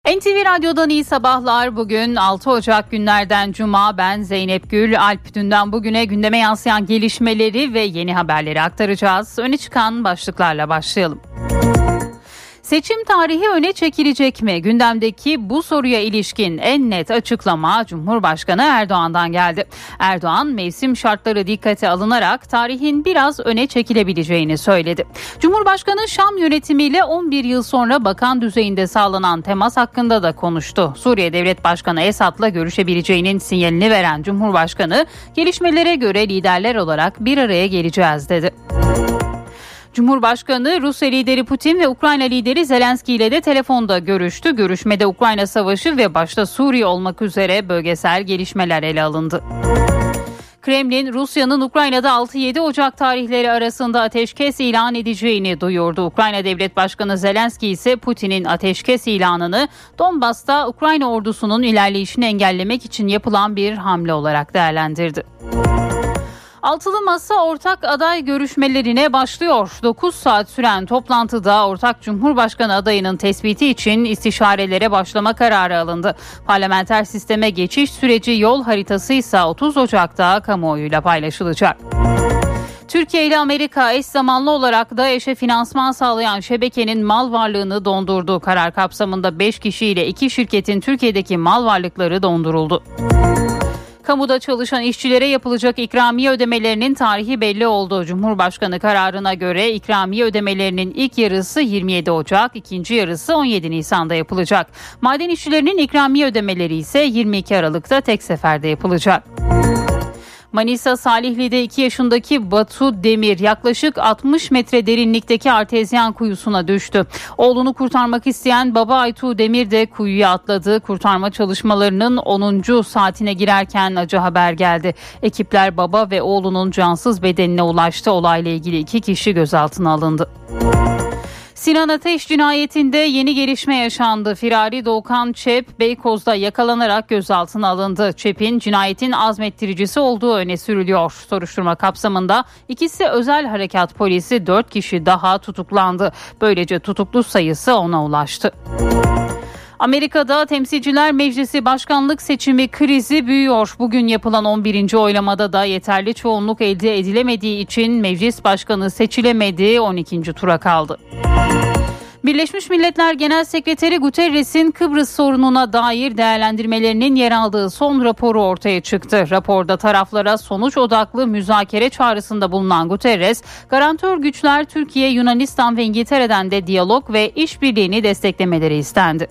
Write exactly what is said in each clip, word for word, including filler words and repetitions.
N T V Radyo'dan iyi sabahlar. Bugün altı Ocak günlerden Cuma. Ben Zeynep Gül. Alp dünden bugüne gündeme yansıyan gelişmeleri ve yeni haberleri aktaracağız. Öne çıkan başlıklarla başlayalım. Seçim tarihi öne çekilecek mi? Gündemdeki bu soruya ilişkin en net açıklama Cumhurbaşkanı Erdoğan'dan geldi. Erdoğan mevsim şartları dikkate alınarak tarihin biraz öne çekilebileceğini söyledi. Cumhurbaşkanı Şam yönetimiyle on bir yıl sonra bakan düzeyinde sağlanan temas hakkında da konuştu. Suriye Devlet Başkanı Esad'la görüşebileceğinin sinyalini veren Cumhurbaşkanı, gelişmelere göre liderler olarak bir araya geleceğiz dedi. Cumhurbaşkanı Rusya lideri Putin ve Ukrayna lideri Zelenski ile de telefonda görüştü. Görüşmede Ukrayna Savaşı ve başta Suriye olmak üzere bölgesel gelişmeler ele alındı. Kremlin, Rusya'nın Ukrayna'da altı yedi Ocak tarihleri arasında ateşkes ilan edeceğini duyurdu. Ukrayna Devlet Başkanı Zelenski ise Putin'in ateşkes ilanını Donbas'ta Ukrayna ordusunun ilerleyişini engellemek için yapılan bir hamle olarak değerlendirdi. Altılı Masa ortak aday görüşmelerine başlıyor. dokuz saat süren toplantıda ortak Cumhurbaşkanı adayının tespiti için istişarelere başlama kararı alındı. Parlamenter sisteme geçiş süreci yol haritası ise otuz Ocak'ta kamuoyuyla paylaşılacak. Türkiye ile Amerika eş zamanlı olarak DAEŞ'e finansman sağlayan şebekenin mal varlığını dondurdu. Karar kapsamında beş kişiyle iki şirketin Türkiye'deki mal varlıkları donduruldu. Kamuda çalışan işçilere yapılacak ikramiye ödemelerinin tarihi belli oldu. Cumhurbaşkanı kararına göre ikramiye ödemelerinin ilk yarısı yirmi yedi Ocak, ikinci yarısı on yedi Nisan'da yapılacak. Maden işçilerinin ikramiye ödemeleri ise yirmi iki Aralık'ta tek seferde yapılacak. Manisa Salihli'de iki yaşındaki Batu Demir yaklaşık altmış metre derinlikteki artezyen kuyusuna düştü. Oğlunu kurtarmak isteyen baba Aytu Demir de kuyuya atladı. Kurtarma çalışmalarının onuncu saatine girerken acı haber geldi. Ekipler baba ve oğlunun cansız bedenine ulaştı. Olayla ilgili iki kişi gözaltına alındı. Sinan Ateş cinayetinde yeni gelişme yaşandı. Firari Doğukan Çep, Beykoz'da yakalanarak gözaltına alındı. Çep'in cinayetin azmettiricisi olduğu öne sürülüyor. Soruşturma kapsamında ikisi özel harekat polisi, dört kişi daha tutuklandı. Böylece tutuklu sayısı ona ulaştı. Amerika'da Temsilciler Meclisi başkanlık seçimi krizi büyüyor. Bugün yapılan on birinci oylamada da yeterli çoğunluk elde edilemediği için meclis başkanı seçilemedi, on ikinci tura kaldı. Birleşmiş Milletler Genel Sekreteri Guterres'in Kıbrıs sorununa dair değerlendirmelerinin yer aldığı son raporu ortaya çıktı. Raporda taraflara sonuç odaklı müzakere çağrısında bulunan Guterres, garantör güçler Türkiye, Yunanistan ve İngiltere'den de diyalog ve işbirliğini desteklemeleri istendi.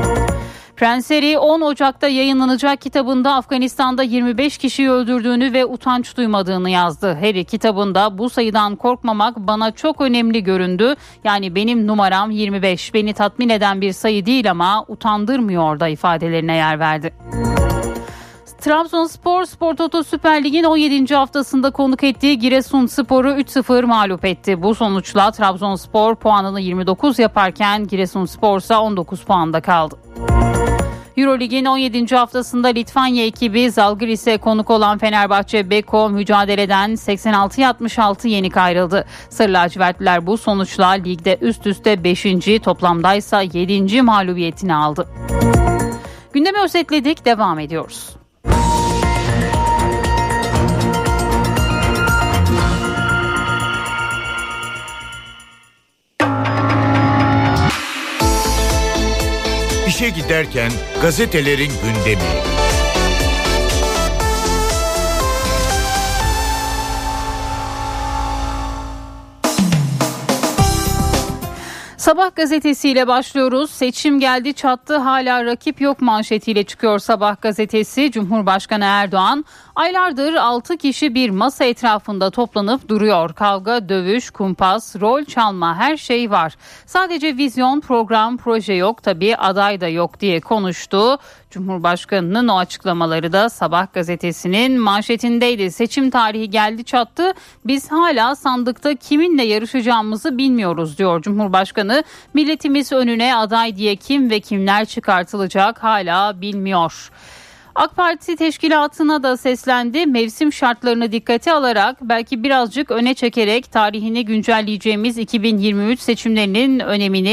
Prens Harry on Ocak'ta yayınlanacak kitabında Afganistan'da yirmi beş kişiyi öldürdüğünü ve utanç duymadığını yazdı. Harry kitabında bu sayıdan korkmamak bana çok önemli göründü. Yani benim numaram yirmi beş, beni tatmin eden bir sayı değil ama utandırmıyor da ifadelerine yer verdi. Trabzonspor Spor Toto Süper Lig'in on yedinci haftasında konuk ettiği Giresunspor'u üç sıfır mağlup etti. Bu sonuçla Trabzonspor puanını yirmi dokuz yaparken Giresunspor ise on dokuz puanda kaldı. Eurolig'in on yedinci haftasında Litvanya ekibi Zalgiris'e konuk olan Fenerbahçe Beko mücadeleden seksen altı altmış altı yenik ayrıldı. Sarı lacivertliler bu sonuçla ligde üst üste beşinci toplamdaysa yedinci mağlubiyetini aldı. Gündemi özetledik, devam ediyoruz. İşe giderken gazetelerin gündemi. Sabah gazetesiyle başlıyoruz. Seçim geldi çattı, hala rakip yok manşetiyle çıkıyor Sabah gazetesi. Cumhurbaşkanı Erdoğan, aylardır altı kişi bir masa etrafında toplanıp duruyor. Kavga, dövüş, kumpas, rol çalma, her şey var. Sadece vizyon, program, proje yok, tabii aday da yok diye konuştu. Cumhurbaşkanının o açıklamaları da Sabah gazetesinin manşetindeydi. Seçim tarihi geldi çattı, biz hala sandıkta kiminle yarışacağımızı bilmiyoruz diyor Cumhurbaşkanı. Milletimiz önüne aday diye kim ve kimler çıkartılacak hala bilmiyor. AK Parti teşkilatına da seslendi. Mevsim şartlarını dikkate alarak, belki birazcık öne çekerek tarihini güncelleyeceğimiz iki bin yirmi üç seçimlerinin önemini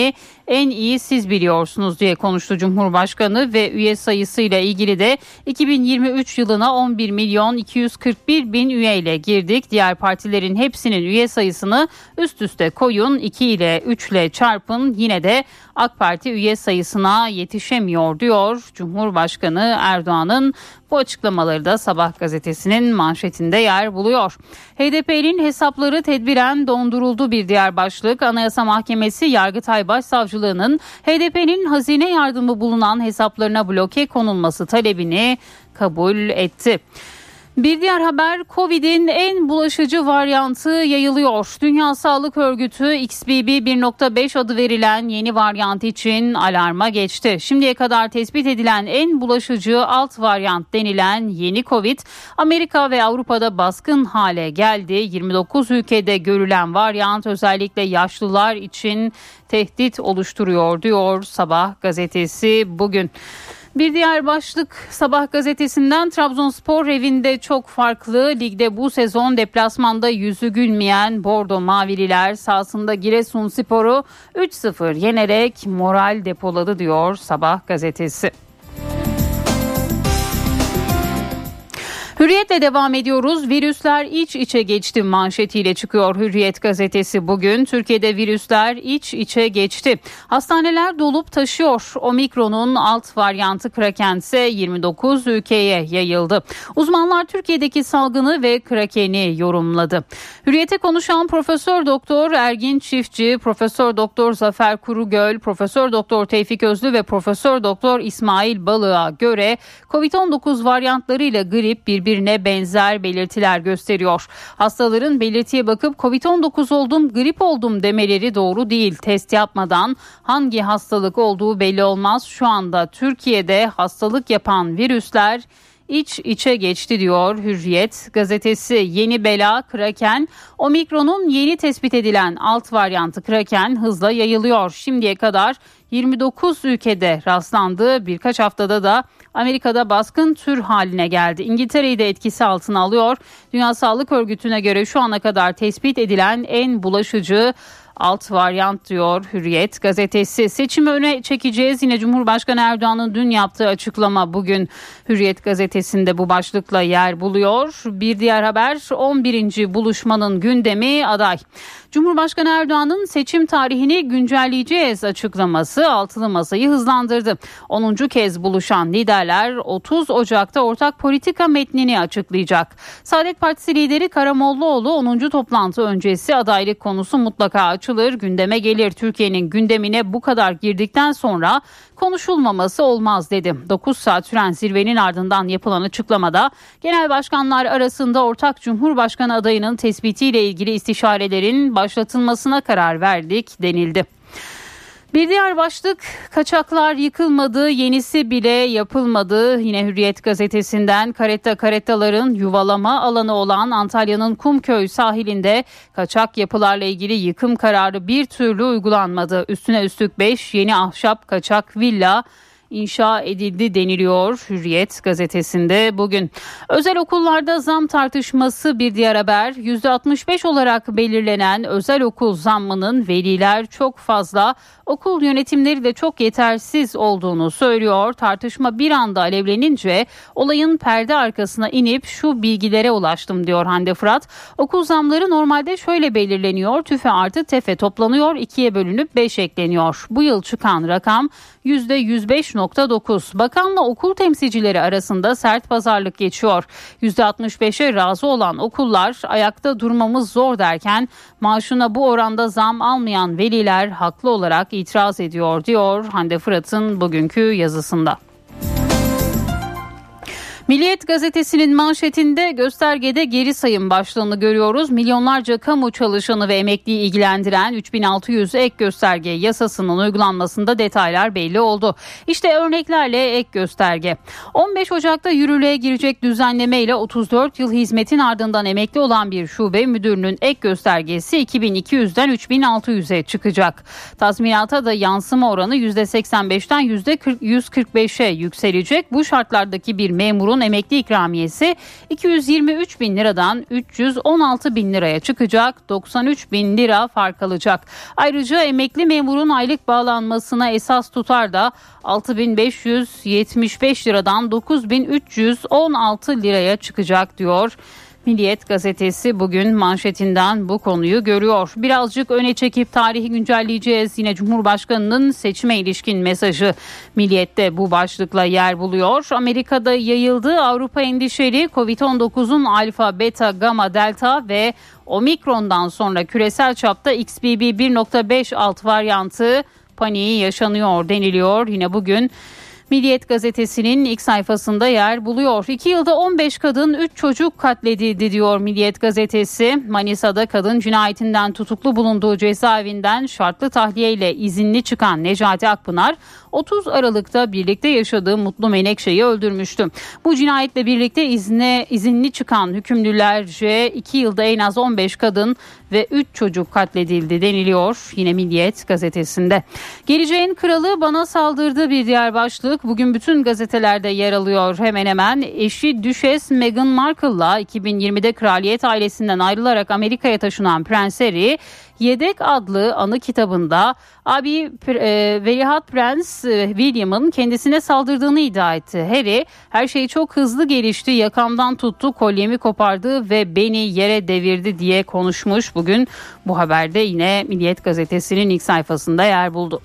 en iyi siz biliyorsunuz diye konuştu Cumhurbaşkanı ve üye sayısıyla ilgili de iki bin yirmi üç yılına on bir milyon iki yüz kırk bir bin üyeyle girdik. Diğer partilerin hepsinin üye sayısını üst üste koyun, iki ile üç ile çarpın, yine de AK Parti üye sayısına yetişemiyor diyor Cumhurbaşkanı Erdoğan'ın. Bu açıklamaları da Sabah gazetesinin manşetinde yer buluyor. H D P'nin hesapları tedbiren donduruldu bir diğer başlık. Anayasa Mahkemesi Yargıtay Başsavcılığı'nın H D P'nin hazine yardımı bulunan hesaplarına bloke konulması talebini kabul etti. Bir diğer haber, Covid'in en bulaşıcı varyantı yayılıyor. Dünya Sağlık Örgütü X B B bir nokta beş adı verilen yeni varyant için alarma geçti. Şimdiye kadar tespit edilen en bulaşıcı alt varyant denilen yeni Covid, Amerika ve Avrupa'da baskın hale geldi. yirmi dokuz ülkede görülen varyant özellikle yaşlılar için tehdit oluşturuyor diyor Sabah gazetesi bugün. Bir diğer başlık Sabah gazetesinden, Trabzonspor evinde çok farklı. Ligde bu sezon deplasmanda yüzü gülmeyen Bordo Mavililer sahasında Giresunspor'u üç sıfır yenerek moral depoladı diyor Sabah gazetesi. Hürriyetle devam ediyoruz. Virüsler iç içe geçti manşetiyle çıkıyor Hürriyet gazetesi bugün. Türkiye'de virüsler iç içe geçti. Hastaneler dolup taşıyor. Omikron'un alt varyantı Kraken ise yirmi dokuz ülkeye yayıldı. Uzmanlar Türkiye'deki salgını ve Kraken'i yorumladı. Hürriyet'e konuşan Profesör Doktor Ergin Çiftçi, Profesör Doktor Zafer Kurugöl, Profesör Doktor Tevfik Özlü ve Profesör Doktor İsmail Balık'a göre kovid on dokuz varyantlarıyla grip bir birbirine benzer belirtiler gösteriyor. Hastaların belirtiye bakıp kovid on dokuz oldum, grip oldum demeleri doğru değil. Test yapmadan hangi hastalık olduğu belli olmaz. Şu anda Türkiye'de hastalık yapan virüsler İç içe geçti diyor Hürriyet gazetesi. Yeni bela Kraken, Omikron'un yeni tespit edilen alt varyantı Kraken hızla yayılıyor. Şimdiye kadar yirmi dokuz ülkede rastlandı. Birkaç haftada da Amerika'da baskın tür haline geldi. İngiltere'yi de etkisi altına alıyor. Dünya Sağlık Örgütü'ne göre şu ana kadar tespit edilen en bulaşıcı alt varyant diyor Hürriyet gazetesi. Seçimi öne çekeceğiz. Yine Cumhurbaşkanı Erdoğan'ın dün yaptığı açıklama bugün Hürriyet gazetesinde bu başlıkla yer buluyor. Bir diğer haber, on birinci buluşmanın gündemi aday. Cumhurbaşkanı Erdoğan'ın seçim tarihini güncelleyeceğiz açıklaması altılı masayı hızlandırdı. onuncu kez buluşan liderler otuz Ocak'ta ortak politika metnini açıklayacak. Saadet Partisi lideri Karamollaoğlu onuncu toplantı öncesi adaylık konusu mutlaka açılır, gündeme gelir. Türkiye'nin gündemine bu kadar girdikten sonra konuşulmaması olmaz dedi. dokuz saat süren zirvenin ardından yapılan açıklamada genel başkanlar arasında ortak Cumhurbaşkanı adayının tespitiyle ilgili istişarelerin başlatılmasına karar verdik denildi. Bir diğer başlık, kaçaklar yıkılmadı, yenisi bile yapılmadı. Yine Hürriyet gazetesinden, karetta karettaların yuvalama alanı olan Antalya'nın Kumköy sahilinde kaçak yapılarla ilgili yıkım kararı bir türlü uygulanmadı. Üstüne üstlük beş yeni ahşap kaçak villa inşa edildi deniliyor Hürriyet gazetesinde bugün. Özel okullarda zam tartışması bir diğer haber. yüzde altmış beş olarak belirlenen özel okul zammının veliler çok fazla, okul yönetimleri de çok yetersiz olduğunu söylüyor. Tartışma bir anda alevlenince olayın perde arkasına inip şu bilgilere ulaştım diyor Hande Fırat. Okul zamları normalde şöyle belirleniyor. TÜFE artı TEFE toplanıyor, ikiye bölünüp beş ekleniyor. Bu yıl çıkan rakam yüzde yüz beş nokta dokuz. Bakanla okul temsilcileri arasında sert pazarlık geçiyor. yüzde altmış beşe razı olan okullar ayakta durmamız zor derken maaşına bu oranda zam almayan veliler haklı olarak itiraz ediyor diyor Hande Fırat'ın bugünkü yazısında. Milliyet gazetesinin manşetinde göstergede geri sayım başlığını görüyoruz. Milyonlarca kamu çalışanı ve emekliyi ilgilendiren üç bin altı yüz ek gösterge yasasının uygulanmasında detaylar belli oldu. İşte örneklerle ek gösterge. on beş Ocak'ta yürürlüğe girecek düzenleme ile otuz dört yıl hizmetin ardından emekli olan bir şube müdürünün ek göstergesi iki bin iki yüzden üç bin altı yüze çıkacak. Tazminata da yansıma oranı yüzde seksen beşten yüzde yüz kırk beşe yükselecek. Bu şartlardaki bir memurun memurun emekli ikramiyesi iki yüz yirmi üç bin liradan üç yüz on altı bin liraya çıkacak, doksan üç bin lira fark alacak. Ayrıca emekli memurun aylık bağlanmasına esas tutar da altı bin beş yüz yetmiş beş liradan dokuz bin üç yüz on altı liraya çıkacak diyor. Milliyet gazetesi bugün manşetinden bu konuyu görüyor. Birazcık öne çekip tarihi güncelleyeceğiz. Yine Cumhurbaşkanı'nın seçime ilişkin mesajı Milliyet'te bu başlıkla yer buluyor. Amerika'da yayıldı. Avrupa endişeli. kovid on dokuzun alfa, beta, gamma, delta ve omikrondan sonra küresel çapta X B B bir nokta beş alt varyantı paniği yaşanıyor deniliyor. Yine bugün Milliyet gazetesinin ilk sayfasında yer buluyor. İki yılda on beş kadın, üç çocuk katledildi diyor Milliyet gazetesi. Manisa'da kadın cinayetinden tutuklu bulunduğu cezaevinden şartlı tahliyeyle izinli çıkan Necati Akpınar, otuz Aralık'ta birlikte yaşadığı Mutlu Menekşe'yi öldürmüştü. Bu cinayetle birlikte izne izinli çıkan hükümlülerce iki yılda en az on beş kadın ve üç çocuk katledildi deniliyor yine Milliyet gazetesinde. Geleceğin kralı bana saldırdı bir diğer başlık bugün bütün gazetelerde yer alıyor. Hemen hemen eşi Düşes Meghan Markle'la iki bin yirmide kraliyet ailesinden ayrılarak Amerika'ya taşınan Prens Harry, Yedek adlı anı kitabında abi e, Veliaht Prens e, William'ın kendisine saldırdığını iddia etti. Harry, her şey çok hızlı gelişti, yakamdan tuttu, kolyemi kopardı ve beni yere devirdi diye konuşmuş. Bugün bu haberde yine Milliyet gazetesinin ilk sayfasında yer buldu.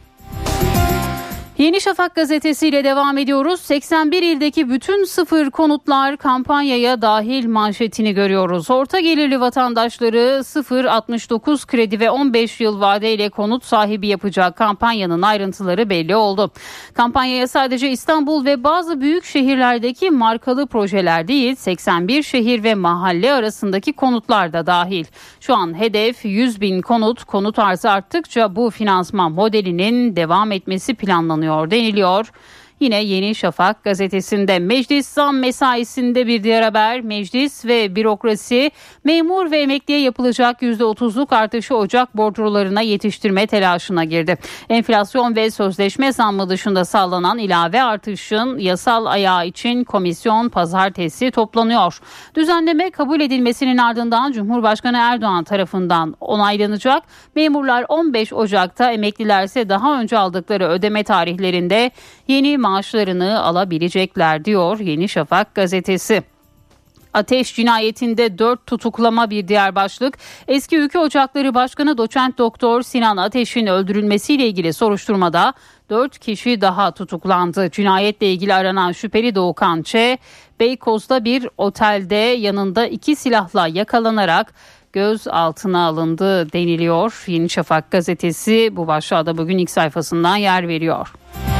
Yeni Şafak gazetesiyle devam ediyoruz. seksen bir ildeki bütün sıfır konutlar kampanyaya dahil manşetini görüyoruz. Orta gelirli vatandaşları sıfır altmış dokuz kredi ve on beş yıl vadeyle konut sahibi yapacak kampanyanın ayrıntıları belli oldu. Kampanyaya sadece İstanbul ve bazı büyük şehirlerdeki markalı projeler değil, seksen bir şehir ve mahalle arasındaki konutlar da dahil. Şu an hedef yüz bin konut. Konut arzı arttıkça bu finansman modelinin devam etmesi planlanıyor deniliyor. Yine Yeni Şafak gazetesinde meclis zam mesaisinde bir diğer haber. Meclis ve bürokrasi memur ve emekliye yapılacak yüzde otuzluk artışı Ocak bordrolarına yetiştirme telaşına girdi. Enflasyon ve sözleşme zammı dışında sağlanan ilave artışın yasal ayağı için komisyon pazartesi toplanıyor. Düzenleme kabul edilmesinin ardından Cumhurbaşkanı Erdoğan tarafından onaylanacak. Memurlar on beş Ocak'ta, emeklilerse daha önce aldıkları ödeme tarihlerinde yeni maaşlarını alabilecekler diyor Yeni Şafak gazetesi. Ateş cinayetinde dört tutuklama bir diğer başlık. Eski Ülke Ocakları Başkanı Doçent Doktor Sinan Ateş'in öldürülmesiyle ilgili soruşturmada dört kişi daha tutuklandı. Cinayetle ilgili aranan şüpheli Doğukan Ç, Beykoz'da bir otelde yanında iki silahla yakalanarak gözaltına alındı deniliyor. Yeni Şafak gazetesi bu başlığa da bugün ilk sayfasından yer veriyor.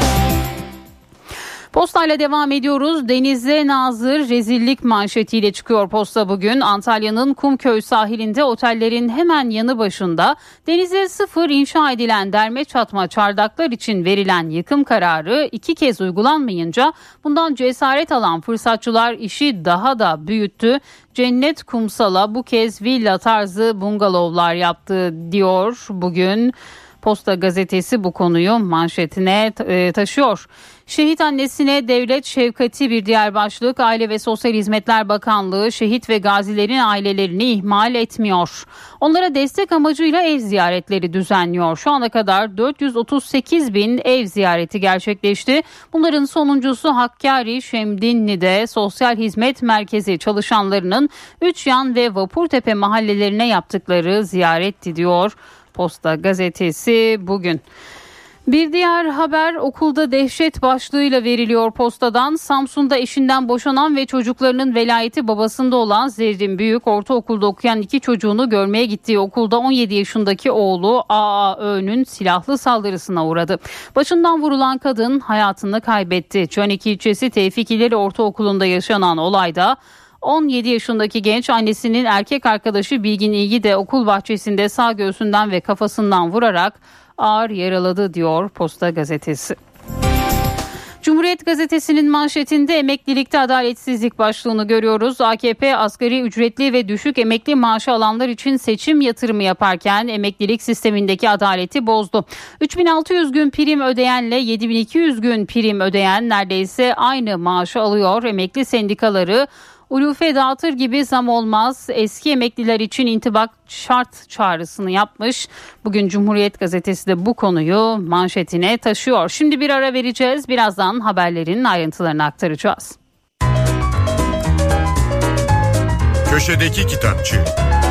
Postayla devam ediyoruz. Denize nazır rezillik manşetiyle çıkıyor Posta bugün. Antalya'nın Kumköy sahilinde otellerin hemen yanı başında denize sıfır inşa edilen derme çatma çardaklar için verilen yıkım kararı iki kez uygulanmayınca bundan cesaret alan fırsatçılar işi daha da büyüttü. Cennet kumsala bu kez villa tarzı bungalovlar yaptı diyor bugün. Posta gazetesi bu konuyu manşetine taşıyor. Şehit annesine devlet şefkati bir diğer başlık. Aile ve Sosyal Hizmetler Bakanlığı şehit ve gazilerin ailelerini ihmal etmiyor. Onlara destek amacıyla ev ziyaretleri düzenliyor. Şu ana kadar dört yüz otuz sekiz bin ev ziyareti gerçekleşti. Bunların sonuncusu Hakkari Şemdinli'de Sosyal Hizmet Merkezi çalışanlarının Üçyan ve Vapurtepe mahallelerine yaptıkları ziyaretti diyor Posta gazetesi bugün. Bir diğer haber okulda dehşet başlığıyla veriliyor Posta'dan. Samsun'da eşinden boşanan ve çocuklarının velayeti babasında olan Zerrin Büyük, ortaokulda okuyan iki çocuğunu görmeye gittiği okulda on yedi yaşındaki oğlu A A Ö'nün silahlı saldırısına uğradı. Başından vurulan kadın hayatını kaybetti. Çanik ilçesi Tevfikileri Ortaokulu'nda yaşanan olayda on yedi yaşındaki genç annesinin erkek arkadaşı Bilgin İlgi de okul bahçesinde sağ göğsünden ve kafasından vurarak ağır yaraladı diyor Posta gazetesi. Cumhuriyet Cumhuriyet Gazetesi'nin manşetinde emeklilikte adaletsizlik başlığını görüyoruz. A K P asgari ücretli ve düşük emekli maaşı alanlar için seçim yatırımı yaparken emeklilik sistemindeki adaleti bozdu. üç bin altı yüz gün prim ödeyenle yedi bin iki yüz gün prim ödeyen neredeyse aynı maaşı alıyor. Emekli sendikaları ulufe dağıtır gibi zam olmaz, eski emekliler için intibak şart çağrısını yapmış. Bugün Cumhuriyet Gazetesi de bu konuyu manşetine taşıyor. Şimdi bir ara vereceğiz. Birazdan haberlerin ayrıntılarını aktaracağız. Köşedeki Kitapçı.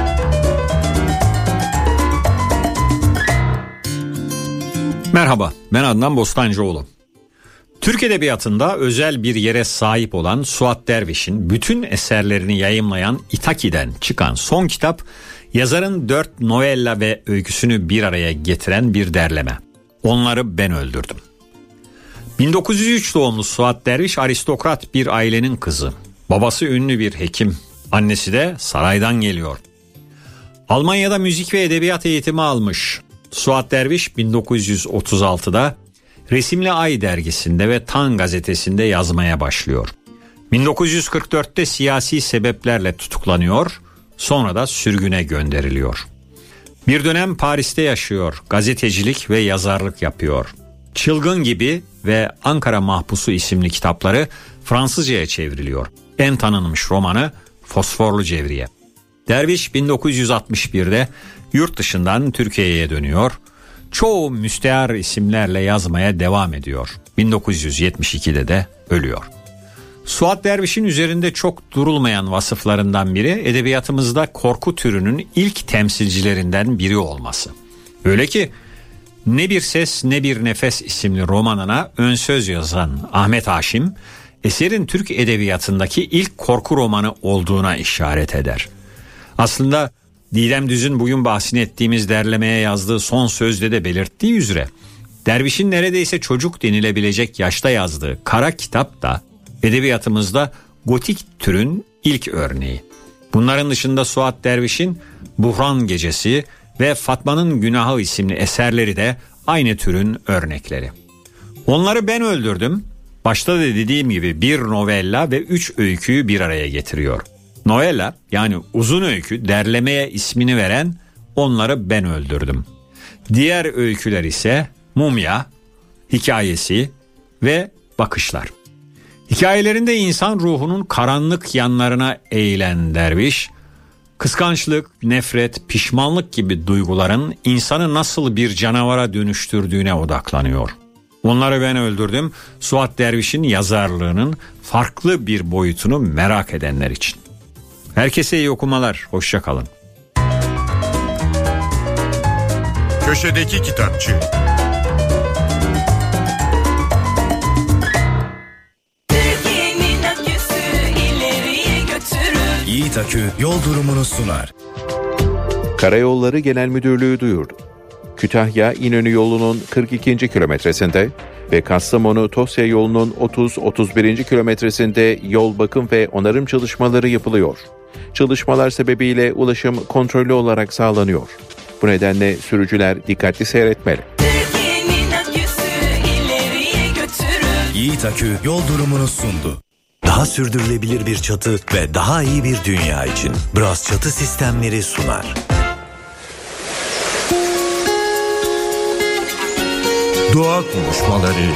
Merhaba, ben Adnan Bostancıoğlu. Türk Edebiyatı'nda özel bir yere sahip olan Suat Derviş'in bütün eserlerini yayımlayan İtaki'den çıkan son kitap, yazarın dört novella ve öyküsünü bir araya getiren bir derleme. Onları ben öldürdüm. bin dokuz yüz üç doğumlu Suat Derviş aristokrat bir ailenin kızı. Babası ünlü bir hekim, annesi de saraydan geliyor. Almanya'da müzik ve edebiyat eğitimi almış. Suat Derviş bin dokuz yüz otuz altıda Resimli Ay dergisinde ve Tan gazetesinde yazmaya başlıyor. bin dokuz yüz kırk dörtte siyasi sebeplerle tutuklanıyor, sonra da sürgüne gönderiliyor. Bir dönem Paris'te yaşıyor, gazetecilik ve yazarlık yapıyor. Çılgın Gibi ve Ankara Mahpusu isimli kitapları Fransızca'ya çevriliyor. En tanınmış romanı Fosforlu Cevriye. Derviş bin dokuz yüz altmış birde yurt dışından Türkiye'ye dönüyor. Çoğu müstehar isimlerle yazmaya devam ediyor. bin dokuz yüz yetmiş ikide de ölüyor. Suat Derviş'in üzerinde çok durulmayan vasıflarından biri edebiyatımızda korku türünün ilk temsilcilerinden biri olması. Öyle ki Ne Bir Ses Ne Bir Nefes isimli romanına ön söz yazan Ahmet Haşim, eserin Türk edebiyatındaki ilk korku romanı olduğuna işaret eder. Aslında Didem Düz'ün bugün bahsini ettiğimiz derlemeye yazdığı son sözde de belirttiği üzere Derviş'in neredeyse çocuk denilebilecek yaşta yazdığı Kara Kitap da edebiyatımızda gotik türün ilk örneği. Bunların dışında Suat Derviş'in Buhran Gecesi ve Fatma'nın Günahı isimli eserleri de aynı türün örnekleri. Onları ben öldürdüm. Başta da dediğim gibi bir novella ve üç öyküyü bir araya getiriyor. Novella yani uzun öykü derlemeye ismini veren Onları Ben Öldürdüm. Diğer öyküler ise Mumya, Hikayesi ve Bakışlar. Hikayelerinde insan ruhunun karanlık yanlarına eğilen Derviş, kıskançlık, nefret, pişmanlık gibi duyguların insanı nasıl bir canavara dönüştürdüğüne odaklanıyor. Onları Ben Öldürdüm, Suat Derviş'in yazarlığının farklı bir boyutunu merak edenler için. Herkese iyi okumalar, hoşça kalın. Köşedeki Kitapçı. Türkiye'nin aküsü ileriye götürür. Yiğit Akü yol durumunu sunar. Karayolları Genel Müdürlüğü duyurdu. Kütahya İnönü yolunun kırk ikinci kilometresinde ve Kastamonu Tosya yolunun otuz otuz birinci kilometresinde yol bakım ve onarım çalışmaları yapılıyor. Çalışmalar sebebiyle ulaşım kontrollü olarak sağlanıyor. Bu nedenle sürücüler dikkatli seyretmeli. Türkiye'nin aküsü ileriye götürür. Yiğit Akü yol durumunu sundu. Daha sürdürülebilir bir çatı ve daha iyi bir dünya için Bras Çatı Sistemleri sunar. Doğa Konuşmaları.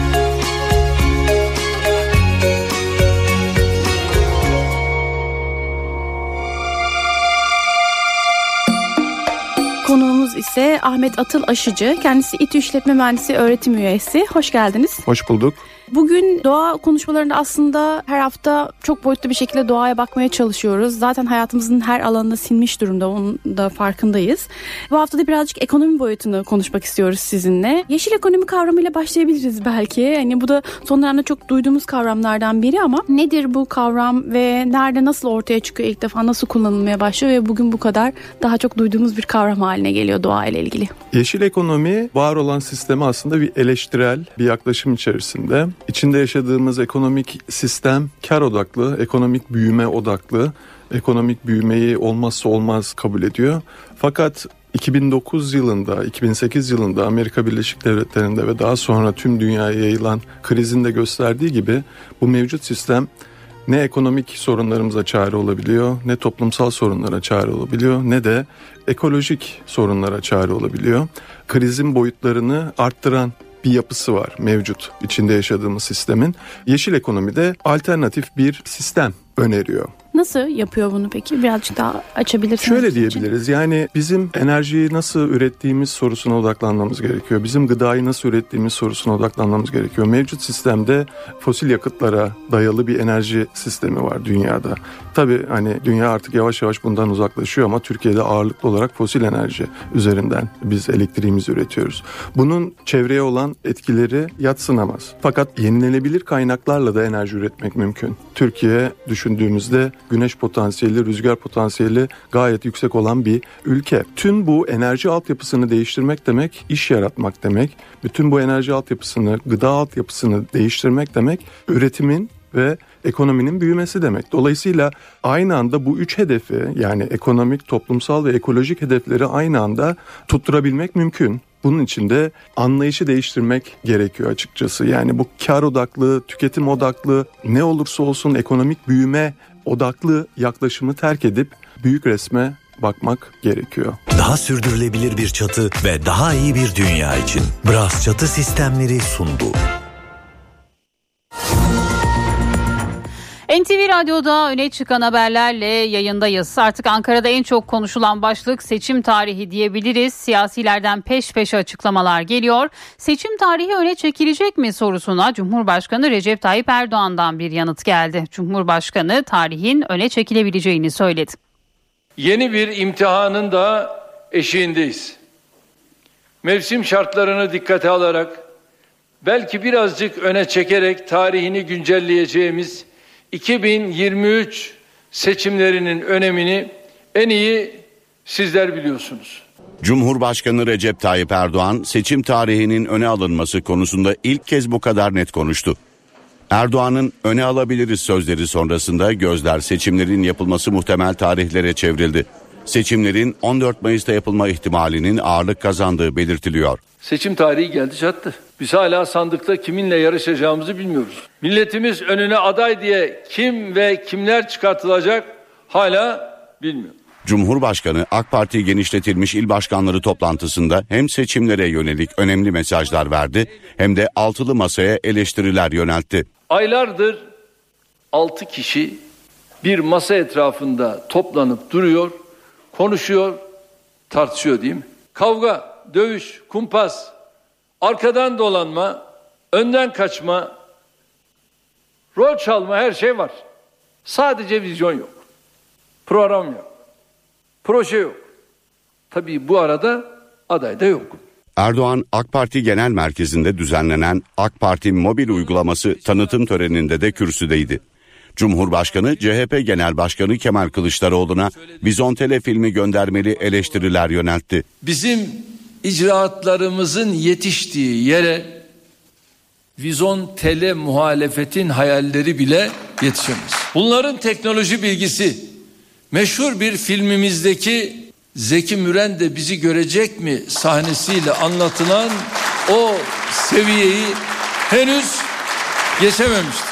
Konuğumuz ise Ahmet Atıl Aşıcı. Kendisi İTÜ İşletme Mühendisi öğretim üyesi. Hoş geldiniz. Hoş bulduk. Bugün doğa konuşmalarında aslında her hafta çok boyutlu bir şekilde doğaya bakmaya çalışıyoruz. Zaten hayatımızın her alanına sinmiş durumda, onun da farkındayız. Bu hafta da birazcık ekonomi boyutunu konuşmak istiyoruz sizinle. Yeşil ekonomi kavramıyla başlayabiliriz belki. Hani bu da son dönemde çok duyduğumuz kavramlardan biri ama nedir bu kavram ve nerede, nasıl ortaya çıkıyor ilk defa, nasıl kullanılmaya başlıyor ve bugün bu kadar daha çok duyduğumuz bir kavram haline geliyor doğa ile ilgili? Yeşil ekonomi var olan sistemi aslında bir eleştirel bir yaklaşım içerisinde. İçinde yaşadığımız ekonomik sistem kar odaklı, ekonomik büyüme odaklı, ekonomik büyümeyi olmazsa olmaz kabul ediyor. Fakat iki bin dokuz yılında, iki bin sekiz yılında Amerika Birleşik Devletleri'nde ve daha sonra tüm dünyaya yayılan krizin de gösterdiği gibi bu mevcut sistem ne ekonomik sorunlarımıza çare olabiliyor, ne toplumsal sorunlara çare olabiliyor, ne de ekolojik sorunlara çare olabiliyor. Krizin boyutlarını arttıran bir yapısı var mevcut içinde yaşadığımız sistemin. Yeşil ekonomide alternatif bir sistem öneriyor. Nasıl yapıyor bunu peki? Birazcık daha açabilirsiniz. Şöyle diyebiliriz. Yani bizim enerjiyi nasıl ürettiğimiz sorusuna odaklanmamız gerekiyor. Bizim gıdayı nasıl ürettiğimiz sorusuna odaklanmamız gerekiyor. Mevcut sistemde fosil yakıtlara dayalı bir enerji sistemi var dünyada. Tabii hani dünya artık yavaş yavaş bundan uzaklaşıyor ama Türkiye'de ağırlıklı olarak fosil enerji üzerinden biz elektriğimizi üretiyoruz. Bunun çevreye olan etkileri yadsınamaz. Fakat yenilenebilir kaynaklarla da enerji üretmek mümkün. Türkiye düşündüğümüzde güneş potansiyeli, rüzgar potansiyeli gayet yüksek olan bir ülke. Tüm bu enerji altyapısını değiştirmek demek, iş yaratmak demek. Bütün bu enerji altyapısını, gıda altyapısını değiştirmek demek, üretimin ve ekonominin büyümesi demek. Dolayısıyla aynı anda bu üç hedefi, yani ekonomik, toplumsal ve ekolojik hedefleri aynı anda tutturabilmek mümkün. Bunun için de anlayışı değiştirmek gerekiyor açıkçası. Yani bu kar odaklı, tüketim odaklı, ne olursa olsun ekonomik büyüme odaklı yaklaşımı terk edip büyük resme bakmak gerekiyor. Daha sürdürülebilir bir çatı ve daha iyi bir dünya için Bras Çatı Sistemleri sundu. N T V Radyo'da öne çıkan haberlerle yayındayız. Artık Ankara'da en çok konuşulan başlık seçim tarihi diyebiliriz. Siyasilerden peş peşe açıklamalar geliyor. Seçim tarihi öne çekilecek mi sorusuna Cumhurbaşkanı Recep Tayyip Erdoğan'dan bir yanıt geldi. Cumhurbaşkanı tarihin öne çekilebileceğini söyledi. Yeni bir imtihanın da eşiğindeyiz. Mevsim şartlarını dikkate alarak belki birazcık öne çekerek tarihini güncelleyeceğimiz iki bin yirmi üç seçimlerinin önemini en iyi sizler biliyorsunuz. Cumhurbaşkanı Recep Tayyip Erdoğan seçim tarihinin öne alınması konusunda ilk kez bu kadar net konuştu. Erdoğan'ın öne alabiliriz sözleri sonrasında gözler seçimlerin yapılması muhtemel tarihlere çevrildi. Seçimlerin on dört Mayıs'ta yapılma ihtimalinin ağırlık kazandığı belirtiliyor. Seçim tarihi geldi çattı. Biz hala sandıkta kiminle yarışacağımızı bilmiyoruz. Milletimiz önüne aday diye kim ve kimler çıkartılacak hala bilmiyor. Cumhurbaşkanı AK Parti genişletilmiş il başkanları toplantısında hem seçimlere yönelik önemli mesajlar verdi hem de altılı masaya eleştiriler yöneltti. Aylardır altı kişi bir masa etrafında toplanıp duruyor, konuşuyor, tartışıyor değil mi? Kavga, dövüş, kumpas, arkadan dolanma, önden kaçma, rol çalma, her şey var. Sadece vizyon yok, program yok, proje yok. Tabii bu arada aday da yok. Erdoğan, AK Parti Genel Merkezi'nde düzenlenen AK Parti mobil uygulaması tanıtım töreninde de kürsüdeydi. Cumhurbaşkanı C H P Genel Başkanı Kemal Kılıçdaroğlu'na Vizontele filmi göndermeli eleştiriler yöneltti. Bizim icraatlarımızın yetiştiği yere Vizontele muhalefetin hayalleri bile yetişemez. Bunların teknoloji bilgisi meşhur bir filmimizdeki Zeki Müren de bizi görecek mi sahnesiyle anlatılan o seviyeyi henüz geçememiştir.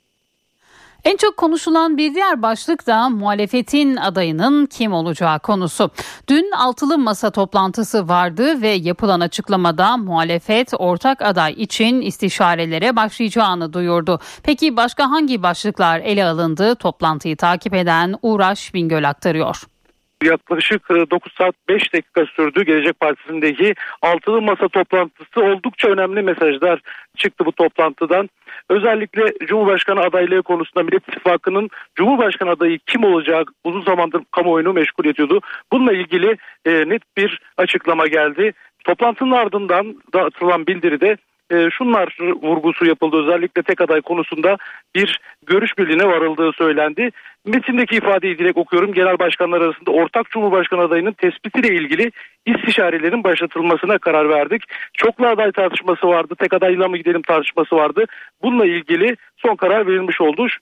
En çok konuşulan bir diğer başlık da muhalefetin adayının kim olacağı konusu. Dün altılı masa toplantısı vardı ve yapılan açıklamada muhalefet ortak aday için istişarelere başlayacağını duyurdu. Peki başka hangi başlıklar ele alındı? Toplantıyı takip eden Uğraş Bingöl aktarıyor. Yaklaşık dokuz saat beş dakika sürdü. Gelecek Partisi'ndeki altılı masa toplantısı, oldukça önemli mesajlar çıktı bu toplantıdan. Özellikle Cumhurbaşkanı adaylığı konusunda Millet İttifakı'nın Cumhurbaşkanı adayı kim olacağı uzun zamandır kamuoyunu meşgul ediyordu. Bununla ilgili e, net bir açıklama geldi. Toplantının ardından dağıtılan bildiride e, şunlar vurgusu yapıldı. Özellikle tek aday konusunda bir görüş birliğine varıldığı söylendi. Metindeki ifadeyi direkt okuyorum. Genel başkanlar arasında ortak Cumhurbaşkanı adayının tespitiyle ilgili istişarelerin başlatılmasına karar verdik. Çoklu aday tartışması vardı. Tek adayla mı gidelim tartışması vardı. Bununla ilgili son karar verilmiş oldu.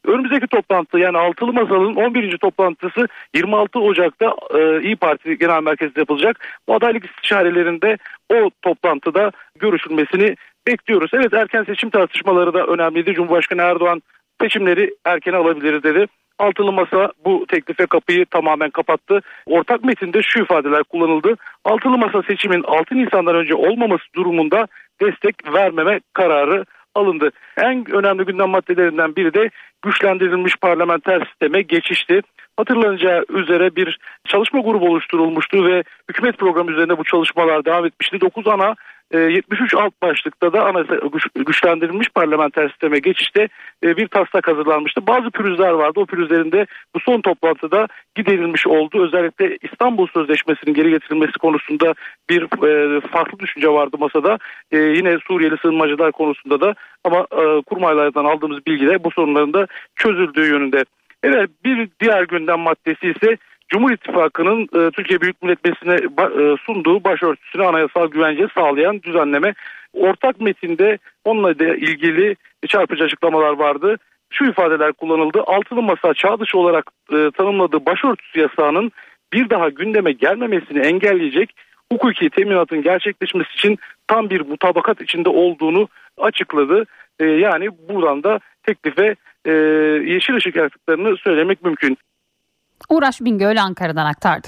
Önümüzdeki toplantı, yani altılı masanın on birinci toplantısı yirmi altı Ocak'ta e, İYİ Parti Genel Merkezi'nde yapılacak. Bu adaylık istişarelerinde o toplantıda görüşülmesini bekliyoruz. Evet, erken seçim tartışmaları da önemliydi. Cumhurbaşkanı Erdoğan seçimleri erkene alabiliriz dedi. Altılı masa bu teklife kapıyı tamamen kapattı. Ortak metinde şu ifadeler kullanıldı. Altılı masa seçimin altı Nisan'dan önce olmaması durumunda destek vermeme kararı alındı. En önemli gündem maddelerinden biri de güçlendirilmiş parlamenter sisteme geçişti. Hatırlanacağı üzere bir çalışma grubu oluşturulmuştu ve hükümet programı üzerinde bu çalışmalar devam etmişti. dokuz ana yetmiş üç alt başlıkta da anayasa güçlendirilmiş parlamenter sisteme geçişte bir taslak hazırlanmıştı. Bazı pürüzler vardı. O pürüzlerin de bu son toplantıda giderilmiş oldu. Özellikle İstanbul Sözleşmesi'nin geri getirilmesi konusunda bir farklı düşünce vardı masada. Yine Suriyeli sığınmacılar konusunda da, ama kurmaylardan aldığımız bilgiler bu sorunların da çözüldüğü yönünde. Evet, bir diğer gündem maddesi ise Cumhur İttifakı'nın e, Türkiye Büyük Millet Meclisi'ne e, sunduğu başörtüsüne anayasal güvence sağlayan düzenleme. Ortak metinde onunla da ilgili çarpıcı açıklamalar vardı. Şu ifadeler kullanıldı. Altılı masa çağ dışı olarak e, tanımladığı başörtüsü yasağının bir daha gündeme gelmemesini engelleyecek hukuki teminatın gerçekleşmesi için tam bir mutabakat içinde olduğunu açıkladı. E, yani buradan da teklife e, yeşil ışık yaktıklarını söylemek mümkün. Uğraş Bingöl Ankara'dan aktardı.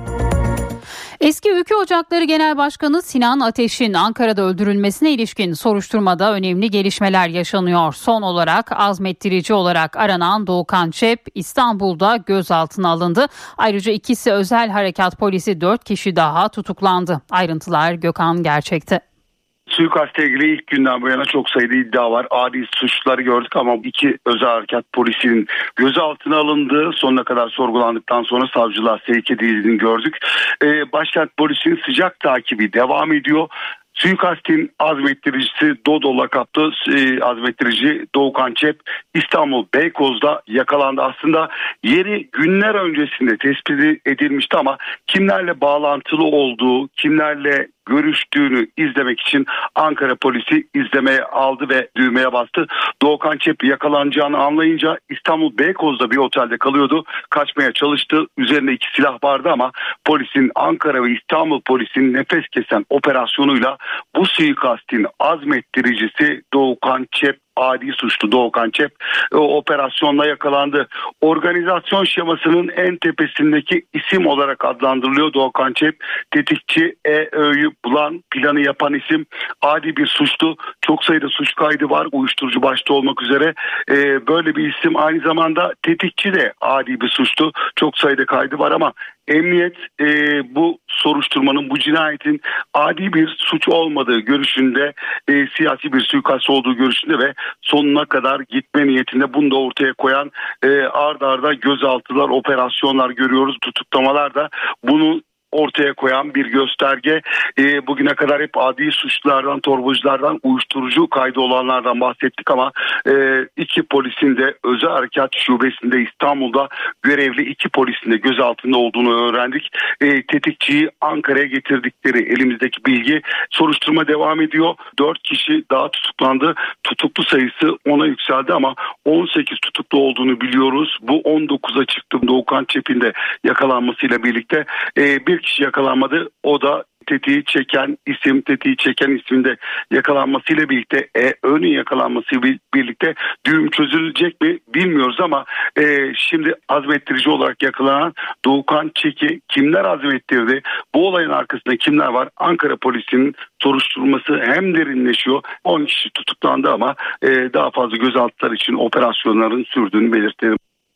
Eski Ülke Ocakları Genel Başkanı Sinan Ateş'in Ankara'da öldürülmesine ilişkin soruşturmada önemli gelişmeler yaşanıyor. Son olarak azmettirici olarak aranan Doğukan Çep İstanbul'da gözaltına alındı. Ayrıca ikisi özel harekat polisi dört kişi daha tutuklandı. Ayrıntılar Gökhan Gerçek'te. Suikastla ilgili ilk günden bu yana çok sayıda iddia var. Adi suçluları gördük ama iki özel harekat polisinin gözaltına alındığı, sonuna kadar sorgulandıktan sonra savcılığa sevk edildiğini gördük. Ee, başkent polisinin sıcak takibi devam ediyor. Suikastin azmettiricisi Dodo lakaplı e, azmettirici Doğukan Çep İstanbul Beykoz'da yakalandı. Aslında yeri günler öncesinde tespit edilmişti ama kimlerle bağlantılı olduğu, kimlerle görüştüğünü izlemek için Ankara polisi izlemeye aldı ve düğmeye bastı. Doğukan Çep yakalanacağını anlayınca İstanbul Beykoz'da bir otelde kalıyordu. Kaçmaya çalıştı. Üzerinde iki silah vardı ama polisin, Ankara ve İstanbul polisinin nefes kesen operasyonuyla bu suikastin azmettiricisi Doğukan Çep, adi suçlu Doğukan Çep o operasyonla yakalandı. Organizasyon şemasının en tepesindeki isim olarak adlandırılıyor Doğukan Çep. Tetikçi, E Ö'yü bulan, planı yapan isim, adi bir suçlu. Çok sayıda suç kaydı var, uyuşturucu başta olmak üzere. Ee, böyle bir isim, aynı zamanda tetikçi de adi bir suçlu. Çok sayıda kaydı var ama emniyet e, bu soruşturmanın, bu cinayetin adi bir suç olmadığı görüşünde, e, siyasi bir suikast olduğu görüşünde ve sonuna kadar gitme niyetinde, bunu da ortaya koyan e, ard arda gözaltılar, operasyonlar görüyoruz, tutuklamalar da bunu ortaya koyan bir gösterge. E, bugüne kadar hep adi suçlulardan, torbacılardan, uyuşturucu kaydı olanlardan bahsettik ama e, iki polisin de özel harekat şubesinde İstanbul'da görevli iki polisin de gözaltında olduğunu öğrendik. E, tetikçiyi Ankara'ya getirdikleri elimizdeki bilgi. Soruşturma devam ediyor. dört kişi daha tutuklandı. Tutuklu sayısı ona yükseldi ama on sekiz tutuklu olduğunu biliyoruz. Bu on dokuza çıktı. Doğukan Çep'in de yakalanmasıyla birlikte e, bir kişi yakalanmadı. O da tetiği çeken isim, tetiği çeken isminde yakalanmasıyla birlikte, e, önün yakalanmasıyla birlikte düğüm çözülecek mi bilmiyoruz ama e, şimdi azmettirici olarak yakalanan Doğukan Çek'i kimler azmettirdi? Bu olayın arkasında kimler var? Ankara polisinin soruşturması hem derinleşiyor. on kişi tutuklandı ama e, daha fazla gözaltılar için operasyonların sürdüğünü belirtelim.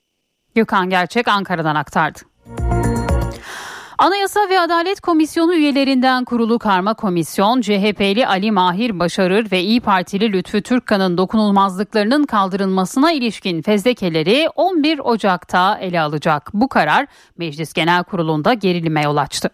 Gökhan Gerçek Ankara'dan aktardı. Anayasa ve Adalet Komisyonu üyelerinden kurulu karma komisyon, C H P'li Ali Mahir Başarır ve İYİ Partili Lütfü Türkkan'ın dokunulmazlıklarının kaldırılmasına ilişkin fezlekeleri on bir Ocak'ta ele alacak. Bu karar Meclis Genel Kurulu'nda gerilime yol açtı.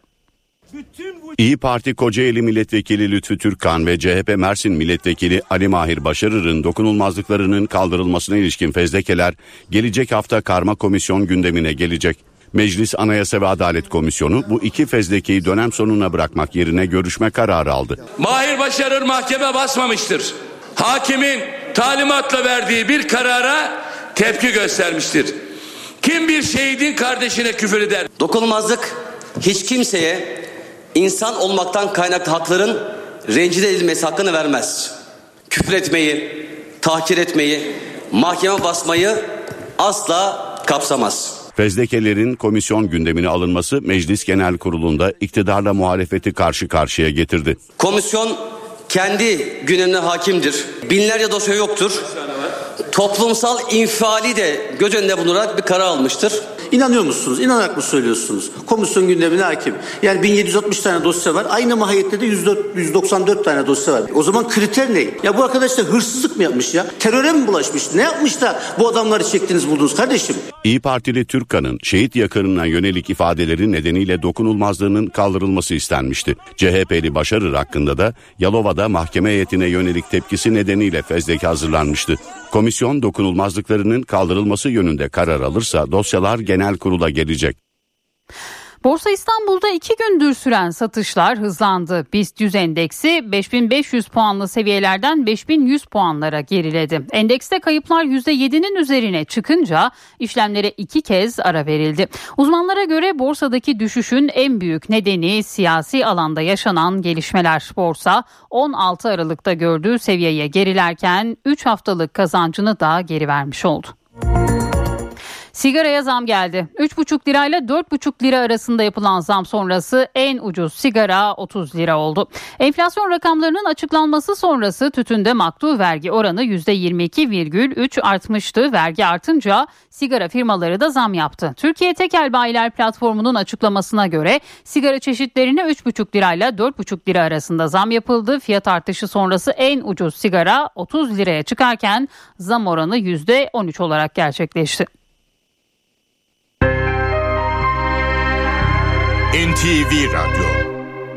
İYİ Parti Kocaeli Milletvekili Lütfü Türkkan ve C H P Mersin Milletvekili Ali Mahir Başarır'ın dokunulmazlıklarının kaldırılmasına ilişkin fezlekeler gelecek hafta karma komisyon gündemine gelecek. Meclis Anayasa ve Adalet Komisyonu bu iki fezlekeyi dönem sonuna bırakmak yerine görüşme kararı aldı. Mahir Başarır mahkeme basmamıştır. Hakimin talimatla verdiği bir karara tepki göstermiştir. Kim bir şehidin kardeşine küfür eder? Dokunulmazlık hiç kimseye insan olmaktan kaynaklı hakların rencide edilmesi hakkını vermez. Küfür etmeyi, tahkir etmeyi, mahkeme basmayı asla kapsamaz. Fezlekelerin komisyon gündemine alınması Meclis Genel Kurulu'nda iktidarla muhalefeti karşı karşıya getirdi. Komisyon kendi gündemine hakimdir. Binlerce dosya yoktur. Toplumsal infiali de göz önünde bulundurarak bir karar almıştır. İnanıyor musunuz? İnanarak mı söylüyorsunuz? Komisyon gündemine hakim. Yani bin yedi yüz altmış tane dosya var. Aynı mahiyette de yüz doksan dört tane dosya var. O zaman kriter ne? Ya bu arkadaş da hırsızlık mı yapmış ya? Teröre mi bulaşmış? Ne yapmış da bu adamları çektiniz buldunuz kardeşim? İYİ Partili Türkan'ın şehit yakınına yönelik ifadeleri nedeniyle dokunulmazlığının kaldırılması istenmişti. C H P'li Başar Ir hakkında da Yalova'da mahkeme heyetine yönelik tepkisi nedeniyle fezleke hazırlanmıştı. Komisyon dokunulmazlıklarının kaldırılması yönünde karar alırsa dosyalar genel kurula gelecek. Borsa İstanbul'da iki gündür süren satışlar hızlandı. BIST yüz endeksi beş bin beş yüz puanlı seviyelerden beş bin yüz puanlara geriledi. Endekste kayıplar yüzde yedinin üzerine çıkınca işlemlere iki kez ara verildi. Uzmanlara göre borsadaki düşüşün en büyük nedeni siyasi alanda yaşanan gelişmeler. Borsa on altı Aralık'ta gördüğü seviyeye gerilerken üç haftalık kazancını da geri vermiş oldu. Sigaraya zam geldi. üç buçuk lirayla dört buçuk lira arasında yapılan zam sonrası en ucuz sigara otuz lira oldu. Enflasyon rakamlarının açıklanması sonrası tütünde maktul vergi oranı yüzde yirmi iki virgül üç artmıştı. Vergi artınca sigara firmaları da zam yaptı. Türkiye Tekel Bayiler Platformu'nun açıklamasına göre sigara çeşitlerine üç buçuk lirayla dört buçuk lira arasında zam yapıldı. Fiyat artışı sonrası en ucuz sigara otuz liraya çıkarken zam oranı yüzde on üç olarak gerçekleşti. N T V Radyo.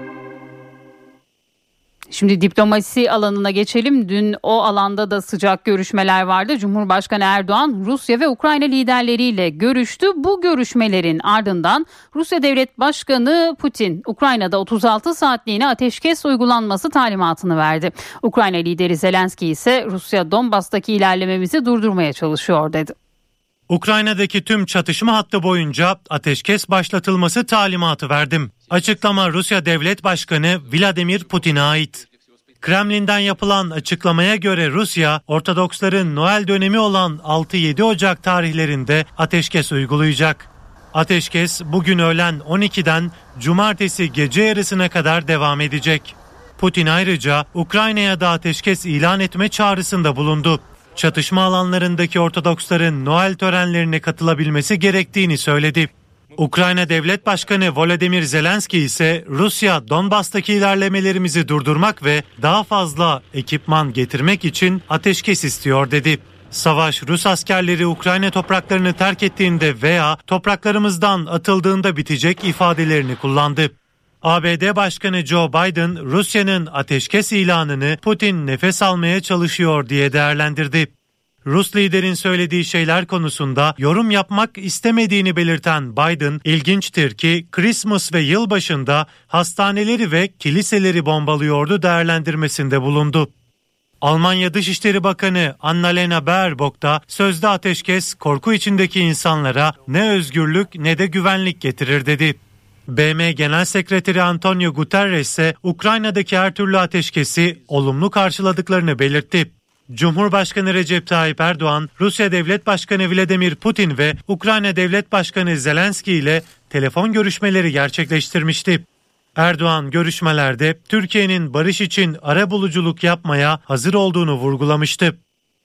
Şimdi diplomasi alanına geçelim. Dün o alanda da sıcak görüşmeler vardı. Cumhurbaşkanı Erdoğan Rusya ve Ukrayna liderleriyle görüştü. Bu görüşmelerin ardından Rusya Devlet Başkanı Putin Ukrayna'da otuz altı saatliğine ateşkes uygulanması talimatını verdi. Ukrayna lideri Zelenski ise Rusya Donbas'taki ilerlememizi durdurmaya çalışıyor dedi. Ukrayna'daki tüm çatışma hattı boyunca ateşkes başlatılması talimatı verdim. Açıklama Rusya Devlet Başkanı Vladimir Putin'e ait. Kremlin'den yapılan açıklamaya göre Rusya, Ortodoksların Noel dönemi olan altı yedi Ocak tarihlerinde ateşkes uygulayacak. Ateşkes bugün öğlen on ikiden cumartesi gece yarısına kadar devam edecek. Putin ayrıca Ukrayna'ya da ateşkes ilan etme çağrısında bulundu. Çatışma alanlarındaki Ortodoksların Noel törenlerine katılabilmesi gerektiğini söyledi. Ukrayna Devlet Başkanı Volodymyr Zelenski ise Rusya Donbas'taki ilerlemelerimizi durdurmak ve daha fazla ekipman getirmek için ateşkes istiyor dedi. Savaş Rus askerleri Ukrayna topraklarını terk ettiğinde veya topraklarımızdan atıldığında bitecek ifadelerini kullandı. A B D Başkanı Joe Biden, Rusya'nın ateşkes ilanını Putin nefes almaya çalışıyor diye değerlendirdi. Rus liderin söylediği şeyler konusunda yorum yapmak istemediğini belirten Biden, ilginçtir ki Christmas ve yılbaşında hastaneleri ve kiliseleri bombalıyordu değerlendirmesinde bulundu. Almanya Dışişleri Bakanı Annalena Baerbock da sözde ateşkes korku içindeki insanlara ne özgürlük ne de güvenlik getirir dedi. B M Genel Sekreteri Antonio Guterres ise Ukrayna'daki her türlü ateşkesi olumlu karşıladıklarını belirtti. Cumhurbaşkanı Recep Tayyip Erdoğan, Rusya Devlet Başkanı Vladimir Putin ve Ukrayna Devlet Başkanı Zelenski ile telefon görüşmeleri gerçekleştirmişti. Erdoğan görüşmelerde Türkiye'nin barış için arabuluculuk yapmaya hazır olduğunu vurgulamıştı.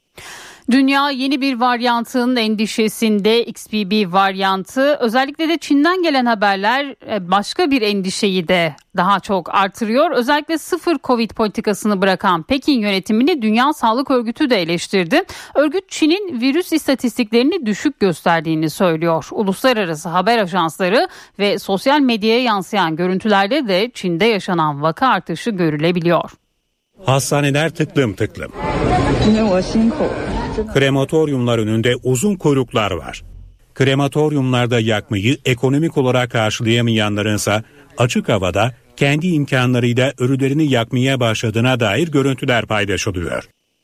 Dünya yeni bir varyantın endişesinde, X B B varyantı. Özellikle de Çin'den gelen haberler başka bir endişeyi de daha çok artırıyor. Özellikle sıfır Covid politikasını bırakan Pekin yönetimini Dünya Sağlık Örgütü de eleştirdi. Örgüt Çin'in virüs istatistiklerini düşük gösterdiğini söylüyor. Uluslararası haber ajansları ve sosyal medyaya yansıyan görüntülerde de Çin'de yaşanan vaka artışı görülebiliyor. Hastaneler tıklım tıklım. Krematoryumlar önünde uzun kuyruklar var. Krematoryumlarda yakmayı ekonomik olarak karşılayamayanlarınsa açık havada kendi imkanlarıyla ölülerini yakmaya başladığına dair görüntüler paylaşılıyor.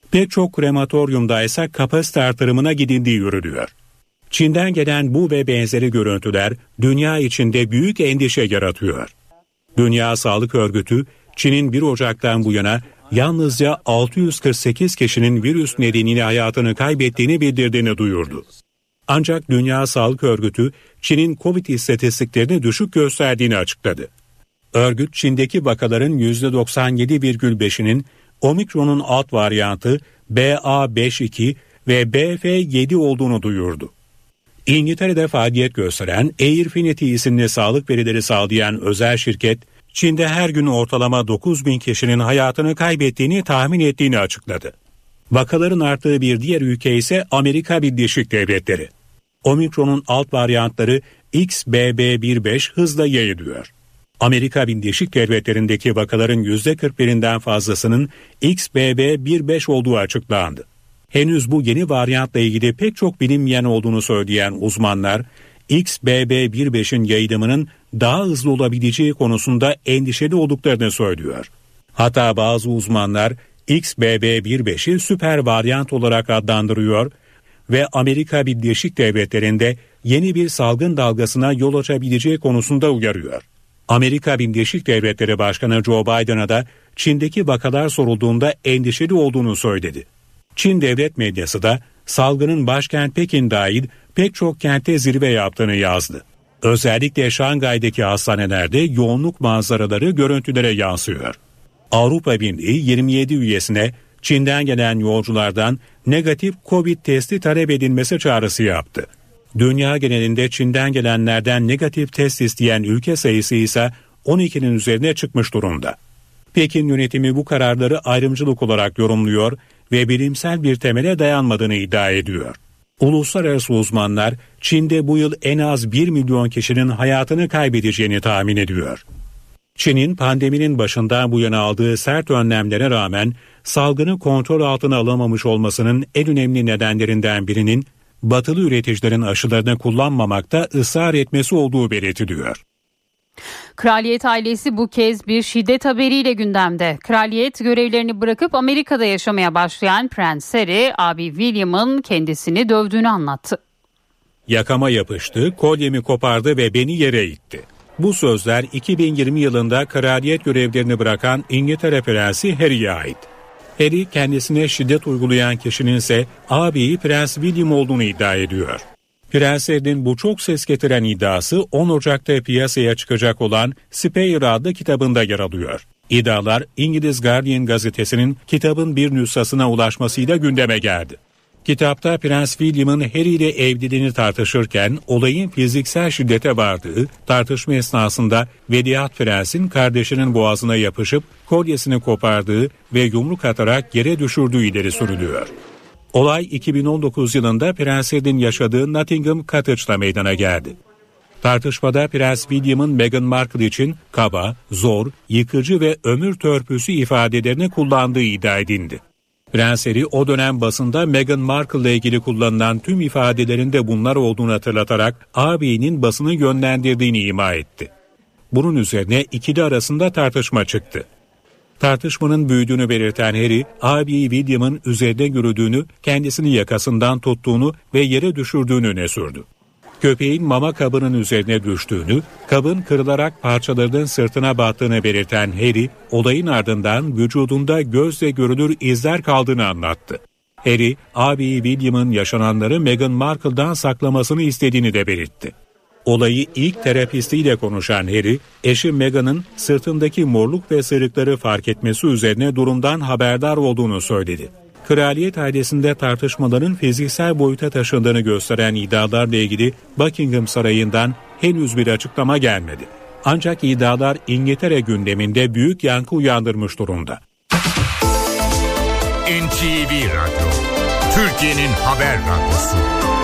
Pek çok krematoryumda ise kapasite artırımına gidildiği yürütülüyor. Çin'den gelen bu ve benzeri görüntüler dünya içinde büyük endişe yaratıyor. Dünya Sağlık Örgütü, Çin'in bir Ocak'tan bu yana yalnızca altı yüz kırk sekiz kişinin virüs nedeniyle hayatını kaybettiğini bildirdiğini duyurdu. Ancak Dünya Sağlık Örgütü, Çin'in Covid istatistiklerini düşük gösterdiğini açıkladı. Örgüt, Çin'deki vakaların yüzde doksan yedi virgül beşinin Omikron'un alt varyantı B A beş iki ve B F yedi olduğunu duyurdu. İngiltere'de faaliyet gösteren Airfinity isimli sağlık verileri sağlayan özel şirket, Çin'de her gün ortalama dokuz bin kişinin hayatını kaybettiğini tahmin ettiğini açıkladı. Vakaların arttığı bir diğer ülke ise Amerika Birleşik Devletleri. Omikron'un alt varyantları X B B on beş hızla yayılıyor. Amerika Birleşik Devletleri'ndeki vakaların yüzde kırk birinden fazlasının X B B on beş olduğu açıklandı. Henüz bu yeni varyantla ilgili pek çok bilinmeyen olduğunu söyleyen uzmanlar, X B B on beşin yayılımının daha hızlı olabileceği konusunda endişeli olduklarını söylüyor. Hatta bazı uzmanlar X B B on beşi süper varyant olarak adlandırıyor ve Amerika Birleşik Devletleri'nde yeni bir salgın dalgasına yol açabileceği konusunda uyarıyor. Amerika Birleşik Devletleri Başkanı Joe Biden'a da Çin'deki vakalar sorulduğunda endişeli olduğunu söyledi. Çin devlet medyası da salgının başkent Pekin dahil pek çok kentte zirve yaptığını yazdı. Özellikle Şangay'daki hastanelerde yoğunluk manzaraları görüntülere yansıyor. Avrupa Birliği yirmi yedi üyesine Çin'den gelen yolculardan negatif Covid testi talep edilmesi çağrısı yaptı. Dünya genelinde Çin'den gelenlerden negatif test isteyen ülke sayısı ise on ikinin üzerine çıkmış durumda. Pekin yönetimi bu kararları ayrımcılık olarak yorumluyor ve bilimsel bir temele dayanmadığını iddia ediyor. Uluslararası uzmanlar Çin'de bu yıl en az bir milyon kişinin hayatını kaybedeceğini tahmin ediyor. Çin'in pandeminin başından bu yana aldığı sert önlemlere rağmen salgını kontrol altına alamamış olmasının en önemli nedenlerinden birinin batılı üreticilerin aşılarını kullanmamakta ısrar etmesi olduğu belirtiliyor. Kraliyet ailesi bu kez bir şiddet haberiyle gündemde. Kraliyet görevlerini bırakıp Amerika'da yaşamaya başlayan Prens Harry, abi William'ın kendisini dövdüğünü anlattı. Yakama yapıştı, kolyemi kopardı ve beni yere itti. Bu sözler iki bin yirmi yılında kraliyet görevlerini bırakan İngiltere Prensi Harry'e ait. Harry kendisine şiddet uygulayan kişinin ise ağabeyi Prens William olduğunu iddia ediyor. Prens Harry'nin bu çok ses getiren iddiası on Ocak'ta piyasaya çıkacak olan Spare adlı kitabında yer alıyor. İddialar İngiliz Guardian gazetesinin kitabın bir nüshasına ulaşmasıyla gündeme geldi. Kitapta Prens William'ın Harry ile evliliğini tartışırken olayın fiziksel şiddete vardığı, tartışma esnasında Veliaht Prens'in kardeşinin boğazına yapışıp kolyesini kopardığı ve yumruk atarak yere düşürdüğü ileri sürülüyor. Olay iki bin on dokuz yılında Prens Harry'nin yaşadığı Nottingham Cottage'da meydana geldi. Tartışmada Prens William'ın Meghan Markle için kaba, zor, yıkıcı ve ömür törpüsü ifadelerini kullandığı iddia edildi. Prens Harry o dönem basında Meghan Markle ile ilgili kullanılan tüm ifadelerinde bunlar olduğunu hatırlatarak ağabeyinin basını yönlendirdiğini ima etti. Bunun üzerine ikili arasında tartışma çıktı. Tartışmanın büyüdüğünü belirten Harry, ağabeyi William'ın üzerine yürüdüğünü, kendisini yakasından tuttuğunu ve yere düşürdüğünü öne sürdü. Köpeğin mama kabının üzerine düştüğünü, kabın kırılarak parçalarının sırtına battığını belirten Harry, olayın ardından vücudunda gözle görülür izler kaldığını anlattı. Harry, ağabeyi William'ın yaşananları Meghan Markle'dan saklamasını istediğini de belirtti. Olayı ilk terapistiyle konuşan Harry, eşi Meghan'ın sırtındaki morluk ve sırıkları fark etmesi üzerine durumdan haberdar olduğunu söyledi. Kraliyet ailesinde tartışmaların fiziksel boyuta taşındığını gösteren iddialarla ilgili Buckingham Sarayı'ndan henüz bir açıklama gelmedi. Ancak iddialar İngiltere gündeminde büyük yankı uyandırmış durumda. N T V Radyo, Türkiye'nin haber radyosu.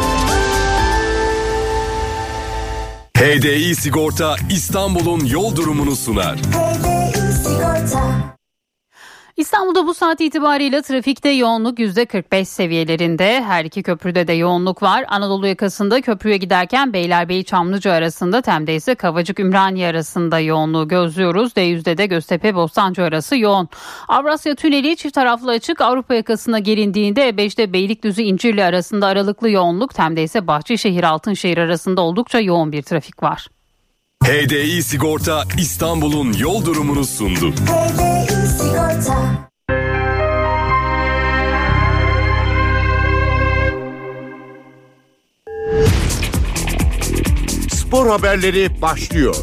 H D I Sigorta İstanbul'un yol durumunu sunar. İstanbul'da bu saat itibariyle trafikte yoğunluk yüzde kırk beş seviyelerinde. Her iki köprüde de yoğunluk var. Anadolu yakasında köprüye giderken Beylerbeyi-Çamlıca arasında, Tem'de ise Kavacık-Ümraniye arasında yoğunluğu gözlüyoruz. D yüzde de Göztepe-Bostancı arası yoğun. Avrasya Tüneli çift taraflı açık. Avrupa yakasına gelindiğinde E beşte Beylikdüzü-İncirli arasında aralıklı yoğunluk. Tem'de ise Bahçeşehir-Altınşehir arasında oldukça yoğun bir trafik var. H D I Sigorta İstanbul'un yol durumunu sundu. H D I Sigorta. Spor haberleri başlıyor.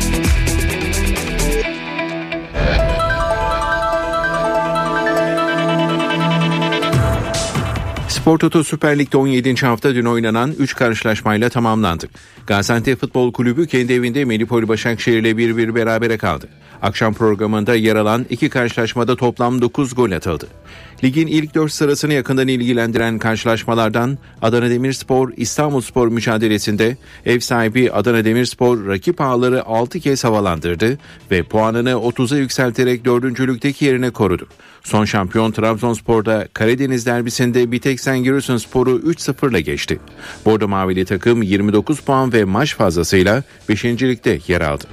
Spor Toto Süper Lig'de on yedinci hafta dün oynanan üç karşılaşmayla tamamlandı. Gaziantep Futbol Kulübü kendi evinde Melipol Başakşehir ile bir bir berabere kaldı. Akşam programında yer alan iki karşılaşmada toplam dokuz gol atıldı. Ligin ilk dört sırasını yakından ilgilendiren karşılaşmalardan Adana Demirspor İstanbulspor mücadelesinde ev sahibi Adana Demirspor rakip ağları altı kez havalandırdı ve puanını otuza yükselterek dördüncülükteki yerine korudu. Son şampiyon Trabzonspor'da Karadeniz derbisinde Biteksen Giresunspor'u üç sıfırla geçti. Bordo Mavili takım yirmi dokuz puan ve maç fazlasıyla beşincilikte yer aldı.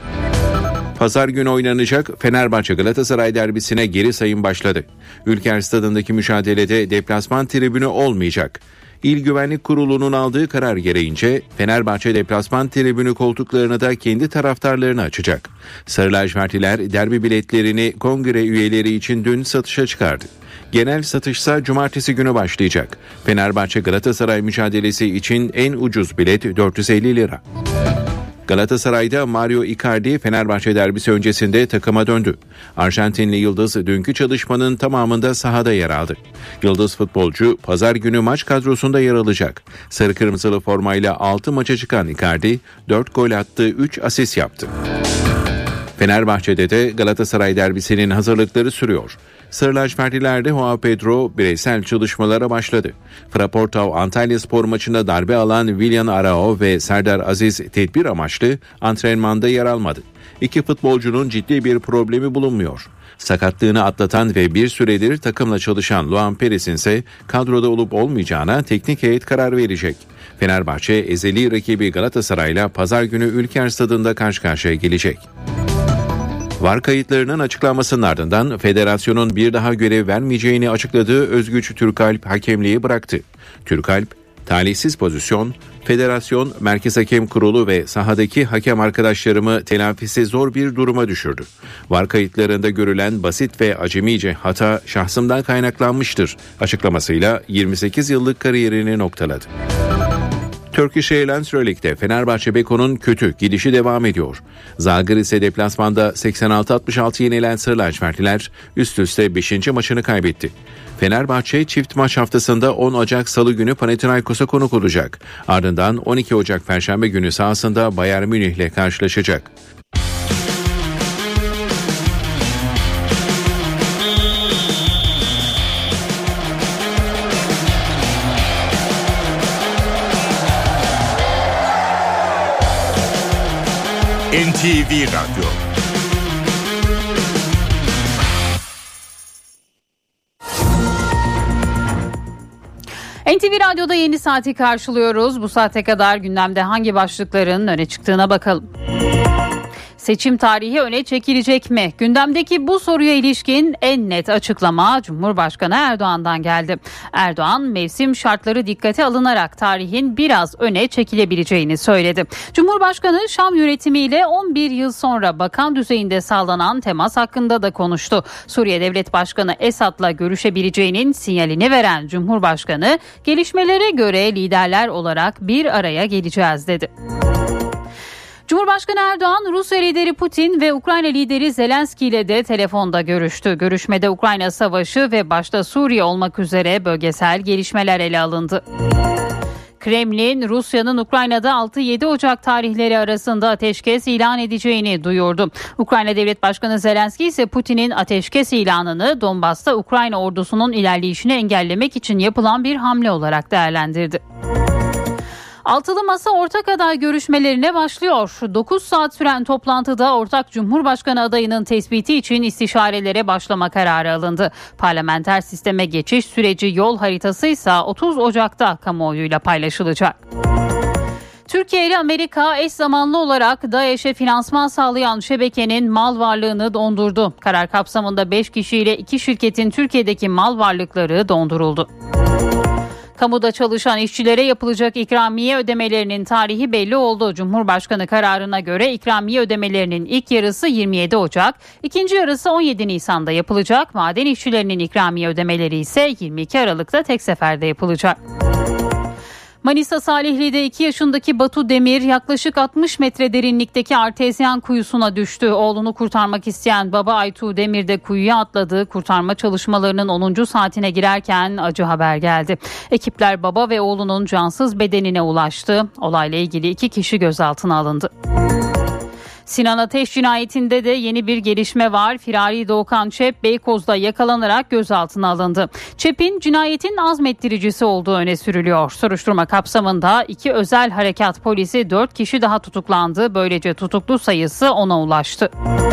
Pazar günü oynanacak Fenerbahçe Galatasaray derbisine geri sayım başladı. Ülker Stadı'ndaki mücadelede deplasman tribünü olmayacak. İl Güvenlik Kurulu'nun aldığı karar gereğince Fenerbahçe deplasman tribünü koltuklarını da kendi taraftarlarına açacak. Sarı lacivertliler derbi biletlerini kongre üyeleri için dün satışa çıkardı. Genel satışsa cumartesi günü başlayacak. Fenerbahçe Galatasaray mücadelesi için en ucuz bilet dört yüz elli lira. Galatasaray'da Mario Icardi Fenerbahçe derbisi öncesinde takıma döndü. Arjantinli Yıldız dünkü çalışmanın tamamında sahada yer aldı. Yıldız futbolcu pazar günü maç kadrosunda yer alacak. Sarı kırmızılı formayla altı maça çıkan Icardi dört gol attı, üç asist yaptı. Fenerbahçe'de de Galatasaray derbisinin hazırlıkları sürüyor. Sarı lacivertlilerde Joao Pedro bireysel çalışmalara başladı. Fraportav Antalyaspor maçında darbe alan Willian Arao ve Serdar Aziz tedbir amaçlı antrenmanda yer almadı. İki futbolcunun ciddi bir problemi bulunmuyor. Sakatlığını atlatan ve bir süredir takımla çalışan Luan Perez'in ise kadroda olup olmayacağına teknik heyet karar verecek. Fenerbahçe ezeli rakibi Galatasaray'la pazar günü Ülker Stadı'nda karşı karşıya gelecek. VAR kayıtlarının açıklanmasının ardından federasyonun bir daha görev vermeyeceğini açıkladığı Özgüç Türkalp hakemliği bıraktı. Türkalp, talihsiz pozisyon, federasyon, Merkez Hakem Kurulu ve sahadaki hakem arkadaşlarımı telafisi zor bir duruma düşürdü. VAR kayıtlarında görülen basit ve acemice hata şahsımdan kaynaklanmıştır açıklamasıyla yirmi sekiz yıllık kariyerini noktaladı. Turkish Airlines Euroleague'de Fenerbahçe Beko'nun kötü gidişi devam ediyor. Zalgiris'e deplasmanda seksen altı altmış altı yenilen Sarı lacivertliler üst üste beşinci maçını kaybetti. Fenerbahçe çift maç haftasında on Ocak Salı günü Panathinaikos'a konuk olacak. Ardından on iki Ocak Perşembe günü sahasında Bayern Münih ile karşılaşacak. N T V Radyo. N T V Radyo'da yeni saati karşılıyoruz. Bu saate kadar gündemde hangi başlıkların öne çıktığına bakalım. Seçim tarihi öne çekilecek mi? Gündemdeki bu soruya ilişkin en net açıklama Cumhurbaşkanı Erdoğan'dan geldi. Erdoğan mevsim şartları dikkate alınarak tarihin biraz öne çekilebileceğini söyledi. Cumhurbaşkanı Şam yönetimiyle on bir yıl sonra bakan düzeyinde sağlanan temas hakkında da konuştu. Suriye Devlet Başkanı Esad'la görüşebileceğinin sinyalini veren Cumhurbaşkanı gelişmelere göre liderler olarak bir araya geleceğiz dedi. Cumhurbaşkanı Erdoğan, Rusya lideri Putin ve Ukrayna lideri Zelenski ile de telefonda görüştü. Görüşmede Ukrayna Savaşı ve başta Suriye olmak üzere bölgesel gelişmeler ele alındı. Kremlin, Rusya'nın Ukrayna'da altı yedi Ocak tarihleri arasında ateşkes ilan edeceğini duyurdu. Ukrayna Devlet Başkanı Zelenski ise Putin'in ateşkes ilanını Donbas'ta Ukrayna ordusunun ilerleyişini engellemek için yapılan bir hamle olarak değerlendirdi. Altılı Masa ortak aday görüşmelerine başlıyor. dokuz saat süren toplantıda ortak Cumhurbaşkanı adayının tespiti için istişarelere başlama kararı alındı. Parlamenter sisteme geçiş süreci yol haritası ise otuz Ocak'ta kamuoyuyla paylaşılacak. Türkiye ile Amerika eş zamanlı olarak DAEŞ'e finansman sağlayan şebekenin mal varlığını dondurdu. Karar kapsamında beş kişiyle iki şirketin Türkiye'deki mal varlıkları donduruldu. Kamuda çalışan işçilere yapılacak ikramiye ödemelerinin tarihi belli oldu. Cumhurbaşkanı kararına göre ikramiye ödemelerinin ilk yarısı yirmi yedi Ocak, ikinci yarısı on yedi Nisan'da yapılacak. Maden işçilerinin ikramiye ödemeleri ise yirmi iki Aralık'ta tek seferde yapılacak. Manisa Salihli'de iki yaşındaki Batu Demir yaklaşık altmış metre derinlikteki artezyen kuyusuna düştü. Oğlunu kurtarmak isteyen baba Aytuğ Demir de kuyuya atladı. Kurtarma çalışmalarının onuncu saatine girerken acı haber geldi. Ekipler baba ve oğlunun cansız bedenine ulaştı. Olayla ilgili iki kişi gözaltına alındı. Sinan Ateş cinayetinde de yeni bir gelişme var. Firari Doğukan Çep Beykoz'da yakalanarak gözaltına alındı. Çep'in cinayetin azmettiricisi olduğu öne sürülüyor. Soruşturma kapsamında iki özel harekat polisi dört kişi daha tutuklandı. Böylece tutuklu sayısı ona ulaştı.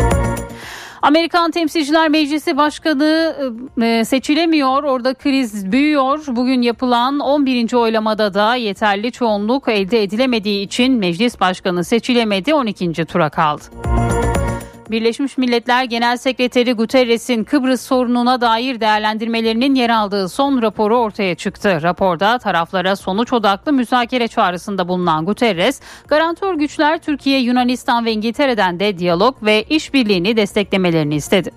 Amerikan Temsilciler Meclisi Başkanı seçilemiyor. Orada kriz büyüyor. Bugün yapılan on birinci oylamada da yeterli çoğunluk elde edilemediği için meclis başkanı seçilemedi. on ikinci tura kaldı. Birleşmiş Milletler Genel Sekreteri Guterres'in Kıbrıs sorununa dair değerlendirmelerinin yer aldığı son raporu ortaya çıktı. Raporda taraflara sonuç odaklı müzakere çağrısında bulunan Guterres, garantör güçler Türkiye, Yunanistan ve İngiltere'den de diyalog ve işbirliğini desteklemelerini istedi.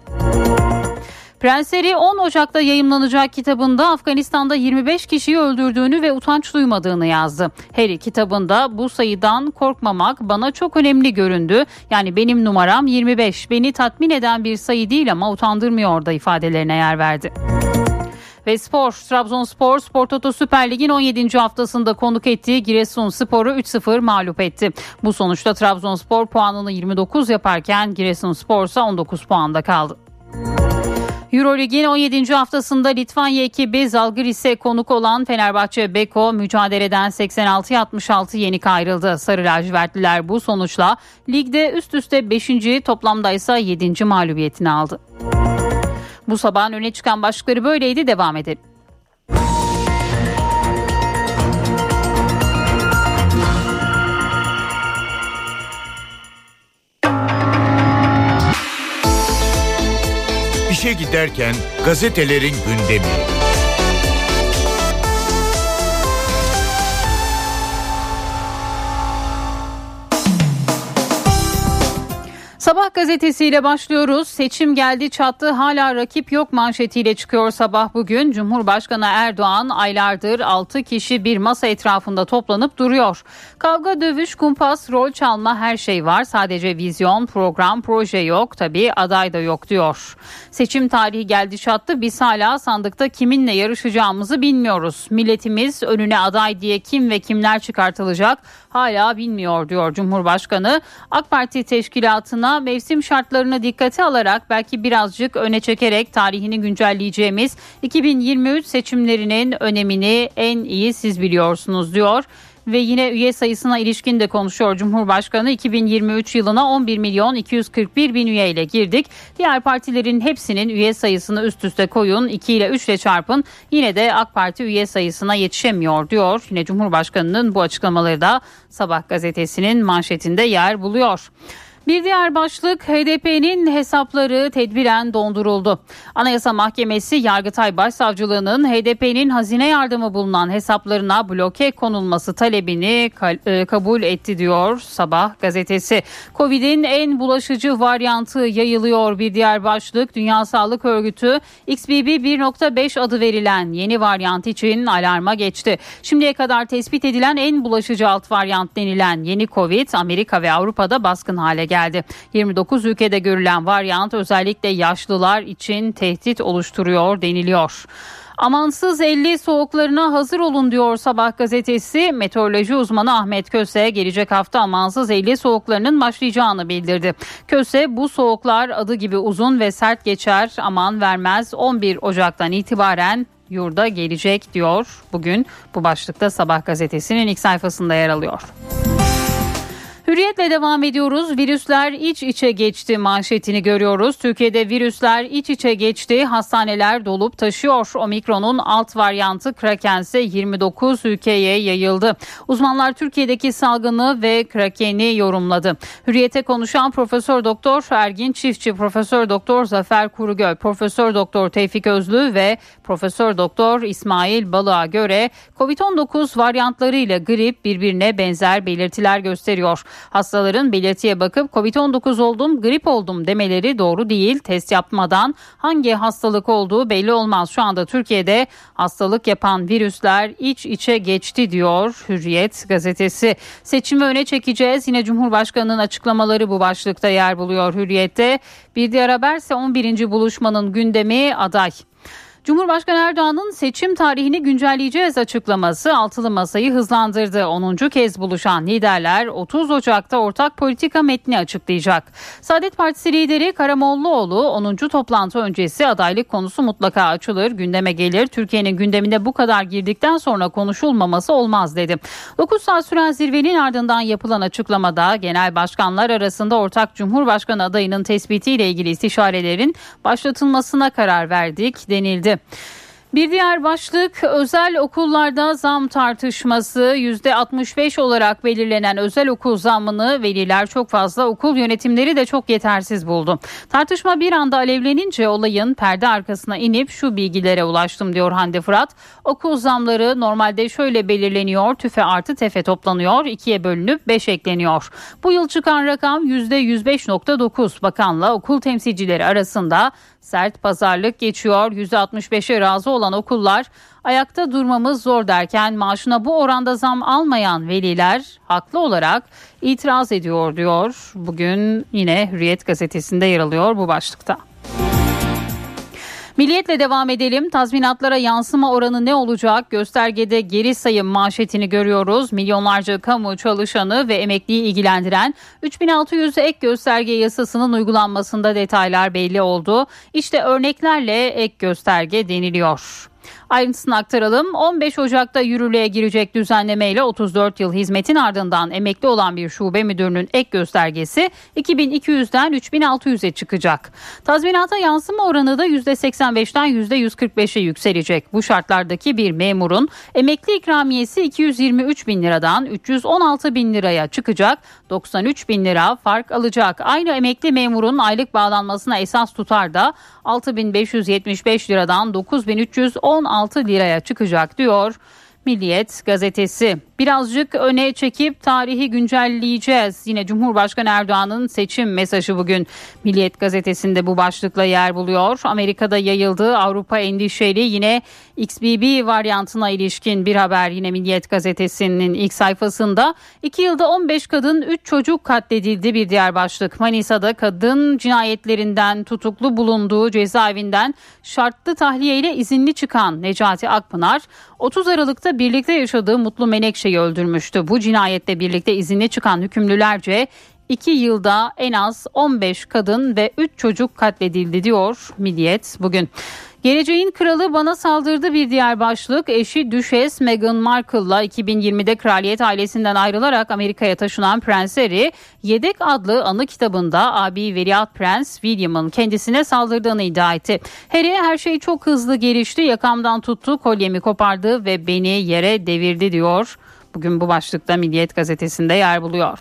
Prens Harry on Ocak'ta yayımlanacak kitabında Afganistan'da yirmi beş kişiyi öldürdüğünü ve utanç duymadığını yazdı. Harry kitabında bu sayıdan korkmamak bana çok önemli göründü. Yani benim numaram yirmi beş. Beni tatmin eden bir sayı değil ama utandırmıyor da ifadelerine yer verdi. Ve spor, Trabzonspor Spor Toto Süper Lig'in on yedinci haftasında konuk ettiği Giresunspor'u üç sıfır mağlup etti. Bu sonuçta Trabzonspor puanını yirmi dokuz yaparken Giresunspor ise on dokuz puanda kaldı. Eurolig'in on yedinci haftasında Litvanya ekibi Zalgiris'e konuk olan Fenerbahçe Beko mücadeleden seksen altıya altmış altı yenik ayrıldı. Sarı lacivertliler bu sonuçla ligde üst üste beşinci toplamda ise yedinci mağlubiyetini aldı. Bu sabahın öne çıkan başlıkları böyleydi, devam edelim. İşe giderken gazetelerin gündemi. Sabah gazetesiyle başlıyoruz. Seçim geldi çattı, hala rakip yok manşetiyle çıkıyor Sabah bugün. Cumhurbaşkanı Erdoğan aylardır altı kişi bir masa etrafında toplanıp duruyor. Kavga, dövüş, kumpas, rol çalma, her şey var. Sadece vizyon, program, proje yok. Tabii aday da yok diyor. Seçim tarihi geldi çattı. Biz hala sandıkta kiminle yarışacağımızı bilmiyoruz. Milletimiz önüne aday diye kim ve kimler çıkartılacak hala bilmiyor diyor Cumhurbaşkanı. AK Parti teşkilatına mevsim şartlarını dikkate alarak belki birazcık öne çekerek tarihini güncelleyeceğimiz iki bin yirmi üç seçimlerinin önemini en iyi siz biliyorsunuz diyor. Ve yine üye sayısına ilişkin de konuşuyor Cumhurbaşkanı. iki bin yirmi üç yılına on bir milyon iki yüz kırk bir bin üye ile girdik. Diğer partilerin hepsinin üye sayısını üst üste koyun, iki ile üç ile çarpın. Yine de AK Parti üye sayısına yetişemiyor diyor. Yine Cumhurbaşkanı'nın bu açıklamaları da Sabah gazetesinin manşetinde yer buluyor. Bir diğer başlık, H D P'nin hesapları tedbiren donduruldu. Anayasa Mahkemesi Yargıtay Başsavcılığı'nın H D P'nin hazine yardımı bulunan hesaplarına bloke konulması talebini kabul etti diyor Sabah gazetesi. Covid'in en bulaşıcı varyantı yayılıyor bir diğer başlık. Dünya Sağlık Örgütü X B B bir nokta beş adı verilen yeni varyant için alarma geçti. Şimdiye kadar tespit edilen en bulaşıcı alt varyant denilen yeni Covid Amerika ve Avrupa'da baskın hale geldi. geldi. yirmi dokuz ülkede görülen varyant özellikle yaşlılar için tehdit oluşturuyor deniliyor. Amansız elli soğuklarına hazır olun diyor Sabah gazetesi. Meteoroloji uzmanı Ahmet Köse gelecek hafta amansız elli soğuklarının başlayacağını bildirdi. Köse bu soğuklar adı gibi uzun ve sert geçer, aman vermez. on bir Ocak'tan itibaren yurda gelecek diyor. Bugün bu başlıkta Sabah gazetesinin ilk sayfasında yer alıyor. Hürriyetle devam ediyoruz. Virüsler iç içe geçti manşetini görüyoruz. Türkiye'de virüsler iç içe geçti. Hastaneler dolup taşıyor. Omikron'un alt varyantı Kraken ise yirmi dokuz ülkeye yayıldı. Uzmanlar Türkiye'deki salgını ve Kraken'i yorumladı. Hürriyete konuşan Profesör Doktor Ergin Çiftçi, Profesör Doktor Zafer Kurugöl, Profesör Doktor Tevfik Özlü ve Profesör Doktor İsmail Balık'a göre kovid on dokuz varyantlarıyla grip birbirine benzer belirtiler gösteriyor. Hastaların belirtiye bakıp kovid on dokuz oldum, grip oldum demeleri doğru değil. Test yapmadan hangi hastalık olduğu belli olmaz. Şu anda Türkiye'de hastalık yapan virüsler iç içe geçti diyor Hürriyet gazetesi. Seçimi öne çekeceğiz. Yine Cumhurbaşkanı'nın açıklamaları bu başlıkta yer buluyor Hürriyet'te. Bir diğer haber ise on birinci buluşmanın gündemi aday. Cumhurbaşkanı Erdoğan'ın seçim tarihini güncelleyeceğiz açıklaması altılı masayı hızlandırdı. onuncu kez buluşan liderler otuz Ocak'ta ortak politika metni açıklayacak. Saadet Partisi lideri Karamollaoğlu onuncu toplantı öncesi adaylık konusu mutlaka açılır, gündeme gelir. Türkiye'nin gündemine bu kadar girdikten sonra konuşulmaması olmaz dedi. dokuz saat süren zirvenin ardından yapılan açıklamada genel başkanlar arasında ortak Cumhurbaşkanı adayının tespitiyle ilgili istişarelerin başlatılmasına karar verdik denildi. Bir diğer başlık özel okullarda zam tartışması. yüzde altmış beş olarak belirlenen özel okul zammını veliler çok fazla, okul yönetimleri de çok yetersiz buldu. Tartışma bir anda alevlenince olayın perde arkasına inip şu bilgilere ulaştım diyor Hande Fırat. Okul zamları normalde şöyle belirleniyor: tüfe artı tefe toplanıyor, ikiye bölünüp beş ekleniyor. Bu yıl çıkan rakam yüzde yüz beş virgül dokuz. Bakanla okul temsilcileri arasında sert pazarlık geçiyor. yüzde altmış beşe razı olan okullar ayakta durmamız zor derken maaşına bu oranda zam almayan veliler haklı olarak itiraz ediyor diyor. Bugün yine Hürriyet gazetesinde yer alıyor bu başlıkta. Milliyetle devam edelim. Tazminatlara yansıma oranı ne olacak? Göstergede geri sayım manşetini görüyoruz. Milyonlarca kamu çalışanı ve emekliyi ilgilendiren üç bin altı yüz ek gösterge yasasının uygulanmasında detaylar belli oldu. İşte örneklerle ek gösterge deniliyor. Ayrıntısını aktaralım. on beş Ocak'ta yürürlüğe girecek düzenlemeyle otuz dört yıl hizmetin ardından emekli olan bir şube müdürünün ek göstergesi iki bin iki yüzden üç bin altı yüze çıkacak. Tazminata yansıma oranı da yüzde seksen beşten yüzde yüz kırk beşe yükselecek. Bu şartlardaki bir memurun emekli ikramiyesi iki yüz yirmi üç bin liradan üç yüz on altı bin liraya çıkacak. doksan üç bin lira fark alacak. Aynı emekli memurun aylık bağlanmasına esas tutar da altı bin beş yüz yetmiş beş liradan dokuz bin üç yüz on altı liraya çıkacak diyor Milliyet gazetesi. Birazcık öne çekip tarihi güncelleyeceğiz. Yine Cumhurbaşkanı Erdoğan'ın seçim mesajı bugün Milliyet gazetesinde bu başlıkla yer buluyor. Amerika'da yayıldığı Avrupa endişeli, yine X B B varyantına ilişkin bir haber yine Milliyet gazetesinin ilk sayfasında. İki yılda on beş kadın, üç çocuk katledildi bir diğer başlık. Manisa'da kadın cinayetlerinden tutuklu bulunduğu cezaevinden şartlı tahliyeyle izinli çıkan Necati Akpınar otuz Aralık'ta birlikte yaşadığı Mutlu Menekşe'yi öldürmüştü. Bu cinayette birlikte izinli çıkan hükümlülerce iki yılda en az on beş kadın ve üç çocuk katledildi diyor Milliyet bugün. Geleceğin kralı bana saldırdı bir diğer başlık. Eşi Düşes Meghan Markle'la iki bin yirmide kraliyet ailesinden ayrılarak Amerika'ya taşınan Prens Harry, Yedek adlı anı kitabında abi Veliaht Prens William'ın kendisine saldırdığını iddia etti. Harry, her şey çok hızlı gelişti, yakamdan tuttu, kolyemi kopardı ve beni yere devirdi diyor. Bugün bu başlıkta Milliyet gazetesinde yer buluyor.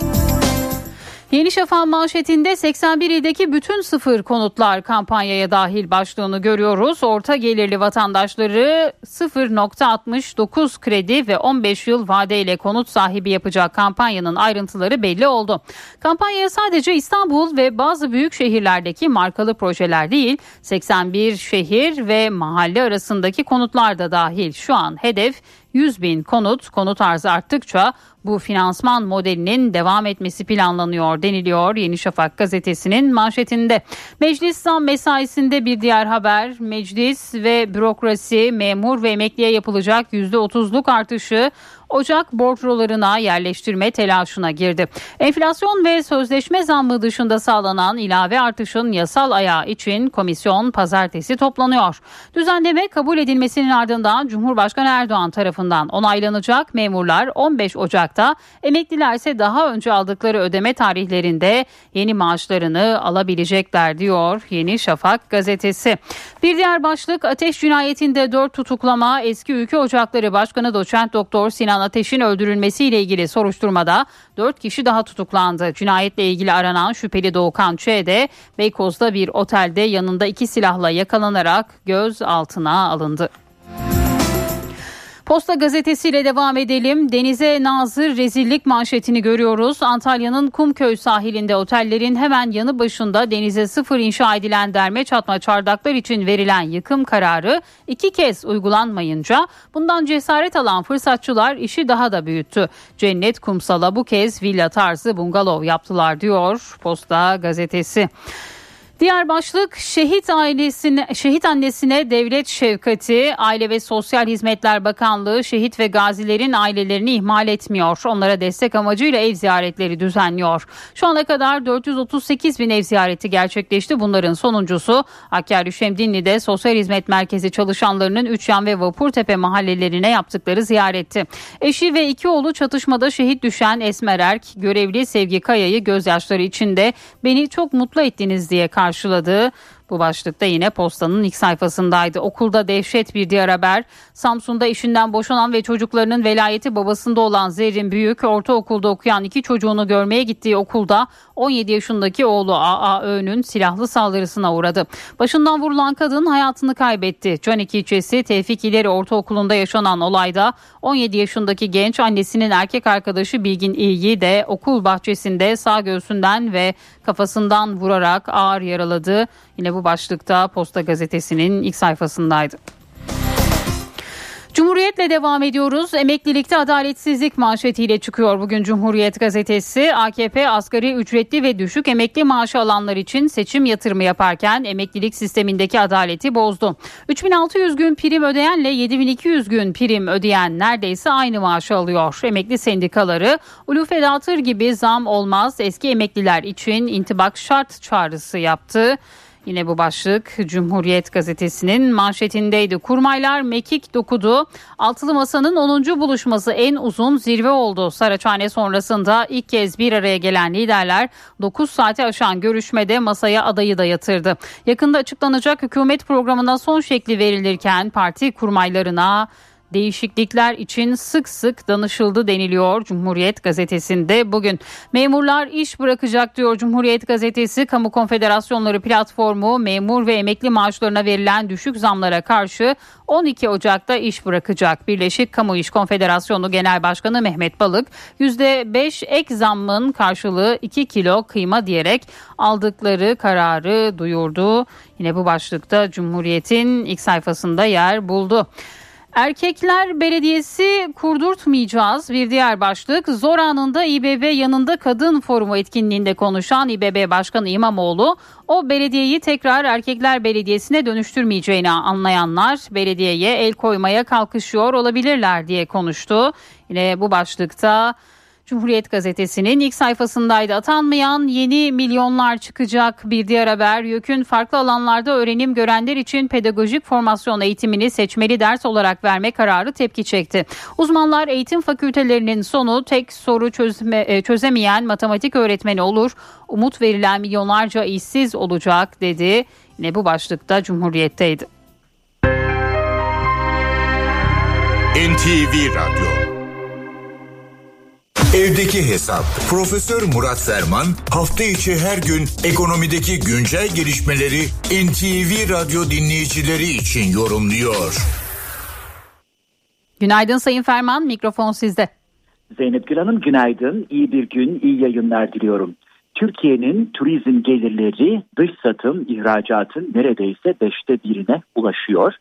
Yeni Şafak manşetinde seksen bir ildeki bütün sıfır konutlar kampanyaya dahil başlığını görüyoruz. Orta gelirli vatandaşları sıfır virgül altmış dokuz kredi ve on beş yıl vadeyle konut sahibi yapacak kampanyanın ayrıntıları belli oldu. Kampanyaya sadece İstanbul ve bazı büyük şehirlerdeki markalı projeler değil, seksen bir şehir ve mahalle arasındaki konutlar da dahil. Şu an hedef yüz bin konut. Konut arzı arttıkça Bu finansman modelinin devam etmesi planlanıyor deniliyor Yeni Şafak gazetesinin manşetinde. Meclis zam mesaisinde bir diğer haber. Meclis ve bürokrasi memur ve emekliye yapılacak yüzde otuzluk artışı Ocak bordrolarına yerleştirme telaşına girdi. Enflasyon ve sözleşme zammı dışında sağlanan ilave artışın yasal ayağı için komisyon pazartesi toplanıyor. Düzenleme kabul edilmesinin ardından Cumhurbaşkanı Erdoğan tarafından onaylanacak. Memurlar on beş Ocak'ta, emekliler ise daha önce aldıkları ödeme tarihlerinde yeni maaşlarını alabilecekler diyor Yeni Şafak gazetesi. Bir diğer başlık ateş cinayetinde dört tutuklama. Eski Ülke Ocakları Başkanı Doçent Doktor Sinan Ateş'in öldürülmesiyle ilgili soruşturmada dört kişi daha tutuklandı. Cinayetle ilgili aranan şüpheli Doğukan Ç. de Beykoz'da bir otelde yanında iki silahla yakalanarak gözaltına alındı. Posta gazetesiyle devam edelim. Denize nazır rezillik manşetini görüyoruz. Antalya'nın Kumköy sahilinde otellerin hemen yanı başında denize sıfır inşa edilen derme çatma çardaklar için verilen yıkım kararı iki kez uygulanmayınca bundan cesaret alan fırsatçılar işi daha da büyüttü. Cennet kumsala bu kez villa tarzı bungalov yaptılar diyor Posta gazetesi. Diğer başlık şehit ailesine, şehit annesine devlet şefkati. Aile ve Sosyal Hizmetler Bakanlığı şehit ve gazilerin ailelerini ihmal etmiyor. Onlara destek amacıyla ev ziyaretleri düzenliyor. Şu ana kadar dört yüz otuz sekiz bin ev ziyareti gerçekleşti. Bunların sonuncusu Hakkari Şemdinli'de Sosyal Hizmet Merkezi çalışanlarının Üçyan ve Vapurtepe mahallelerine yaptıkları ziyaretti. Eşi ve iki oğlu çatışmada şehit düşen Esmer Erk, görevli Sevgi Kaya'yı gözyaşları içinde "Beni çok mutlu ettiniz" diye karşıladı. Bu başlıkta yine Posta'nın ilk sayfasındaydı. Okulda dehşet bir diğer haber. Samsun'da eşinden boşanan ve çocuklarının velayeti babasında olan Zerrin Büyük, ortaokulda okuyan iki çocuğunu görmeye gittiği okulda on yedi yaşındaki oğlu A A Ö'nün silahlı saldırısına uğradı. Başından vurulan kadın hayatını kaybetti. Canik ilçesi Tevfik İleri Ortaokulu'nda yaşanan olayda on yedi yaşındaki genç annesinin erkek arkadaşı Bilgin İlgi de okul bahçesinde sağ göğsünden ve kafasından vurarak ağır yaraladı. Yine bu başlıkta Posta gazetesinin ilk sayfasındaydı. Cumhuriyet'le devam ediyoruz. Emeklilikte adaletsizlik manşetiyle çıkıyor bugün Cumhuriyet gazetesi. A K P asgari ücretli ve düşük emekli maaşı alanlar için seçim yatırımı yaparken emeklilik sistemindeki adaleti bozdu. üç bin altı yüz gün prim ödeyenle yedi bin iki yüz gün prim ödeyen neredeyse aynı maaşı alıyor. Emekli sendikaları ulufe dağıtır gibi zam olmaz, eski emekliler için intibak şart çağrısı yaptı. Yine bu başlık Cumhuriyet gazetesinin manşetindeydi. Kurmaylar mekik dokudu. Altılı Masa'nın onuncu buluşması en uzun zirve oldu. Saraçhane sonrasında ilk kez bir araya gelen liderler dokuz saate aşan görüşmede masaya adayı da yatırdı. Yakında açıklanacak hükümet programına son şekli verilirken parti kurmaylarına değişiklikler için sık sık danışıldı deniliyor Cumhuriyet gazetesinde bugün. Memurlar iş bırakacak diyor Cumhuriyet gazetesi. Kamu Konfederasyonları platformu memur ve emekli maaşlarına verilen düşük zamlara karşı on iki Ocak'ta iş bırakacak. Birleşik Kamu İş Konfederasyonu Genel Başkanı Mehmet Balık yüzde beş ek zammın karşılığı iki kilo kıyma diyerek aldıkları kararı duyurdu. Yine bu başlıkta Cumhuriyet'in ilk sayfasında yer buldu. Erkekler Belediyesi kurdurtmayacağız. Bir diğer başlık. Zor anında İBB yanında kadın forumu etkinliğinde konuşan İBB Başkanı İmamoğlu, o belediyeyi tekrar Erkekler Belediyesi'ne dönüştürmeyeceğini anlayanlar belediyeye el koymaya kalkışıyor olabilirler diye konuştu. Yine bu başlıkta Cumhuriyet gazetesinin ilk sayfasındaydı. Atanmayan yeni milyonlar çıkacak. Bir diğer haber, YÖK'ün farklı alanlarda öğrenim görenler için pedagojik formasyon eğitimini seçmeli ders olarak verme kararı tepki çekti. Uzmanlar eğitim fakültelerinin sonu tek soru çözme, çözemeyen matematik öğretmeni olur. Umut verilen milyonlarca işsiz olacak dedi. Yine bu başlıkta Cumhuriyet'teydi. N T V Radyo. Evdeki Hesap. Profesör Murat Ferman hafta içi her gün ekonomideki güncel gelişmeleri N T V Radyo dinleyicileri için yorumluyor. Günaydın Sayın Ferman, mikrofon sizde. Zeynep Gül Hanım günaydın, iyi bir gün, iyi yayınlar diliyorum. Türkiye'nin turizm gelirleri dış satım, ihracatın neredeyse beşte birine ulaşıyor.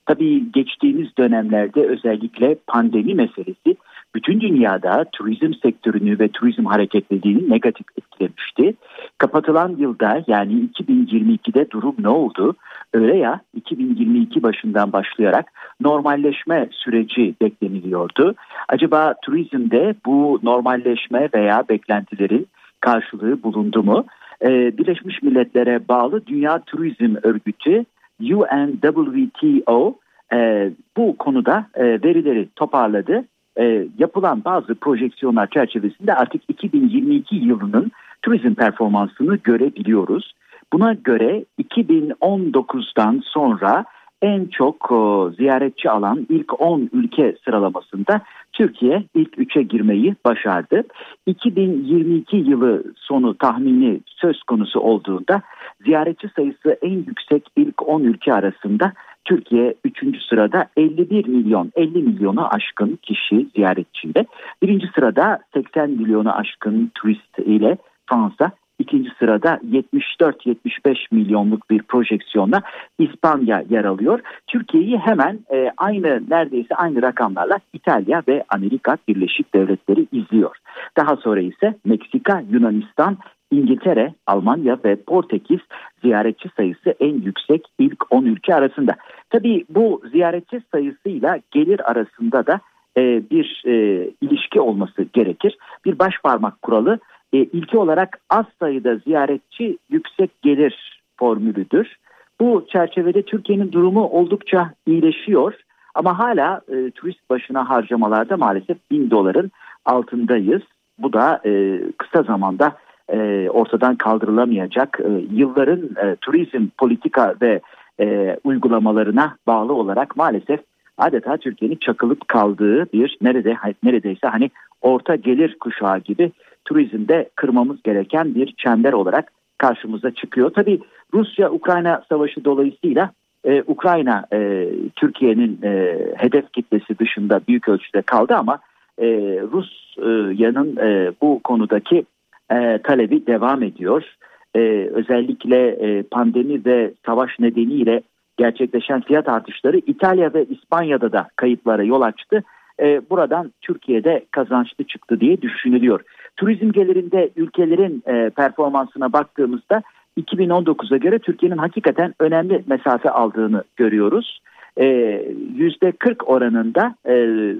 Tabii geçtiğimiz dönemlerde özellikle pandemi meselesi bütün dünyada turizm sektörünü ve turizm hareketliliğini negatif etkilemişti. Kapatılan yılda yani iki bin yirmi ikide durum ne oldu? Öyle ya iki bin yirmi iki başından başlayarak normalleşme süreci bekleniliyordu. Acaba turizmde bu normalleşme veya beklentilerin karşılığı bulundu mu? Ee, Birleşmiş Milletler'e bağlı Dünya Turizm Örgütü U N W T O e, bu konuda e, verileri toparladı. E, yapılan bazı projeksiyonlar çerçevesinde artık iki bin yirmi iki yılının turizm performansını görebiliyoruz. Buna göre iki bin on dokuzdan sonra en çok o, ziyaretçi alan ilk on ülke sıralamasında Türkiye ilk üçe girmeyi başardı. iki bin yirmi iki yılı sonu tahmini söz konusu olduğunda ziyaretçi sayısı en yüksek ilk on ülke arasında Türkiye üçüncü sırada elli bir milyon elli milyonu aşkın kişi ziyaretçinde. Birinci sırada seksen milyonu aşkın turist ile Fransa. İkinci sırada yetmiş dört yetmiş beş milyonluk bir projeksiyonla İspanya yer alıyor. Türkiye'yi hemen e, aynı neredeyse aynı rakamlarla İtalya ve Amerika Birleşik Devletleri izliyor. Daha sonra ise Meksika, Yunanistan, İngiltere, Almanya ve Portekiz ziyaretçi sayısı en yüksek ilk on ülke arasında. Tabii bu ziyaretçi sayısıyla gelir arasında da e, bir e, ilişki olması gerekir. Bir başparmak kuralı e, ilki olarak az sayıda ziyaretçi yüksek gelir formülüdür. Bu çerçevede Türkiye'nin durumu oldukça iyileşiyor ama hala e, turist başına harcamalarda maalesef bin doların altındayız. Bu da e, kısa zamanda e, ortadan kaldırılamayacak e, yılların e, turizm politika ve e, uygulamalarına bağlı olarak maalesef adeta Türkiye'nin çakılıp kaldığı bir nerede neredeyse hani orta gelir kuşağı gibi turizmde kırmamız gereken bir çember olarak karşımıza çıkıyor. Tabii Rusya-Ukrayna savaşı dolayısıyla e, Ukrayna e, Türkiye'nin e, hedef kitlesi dışında büyük ölçüde kaldı ama e, Rusya'nın e, bu konudaki e, talebi devam ediyor. E, özellikle e, pandemi ve savaş nedeniyle gerçekleşen fiyat artışları İtalya ve İspanya'da da kayıplara yol açtı. E, buradan Türkiye'de kazançlı çıktı diye düşünülüyor. Turizm gelirinde ülkelerin e, performansına baktığımızda iki bin on dokuza göre Türkiye'nin hakikaten önemli mesafe aldığını görüyoruz. E, yüzde kırk oranında e,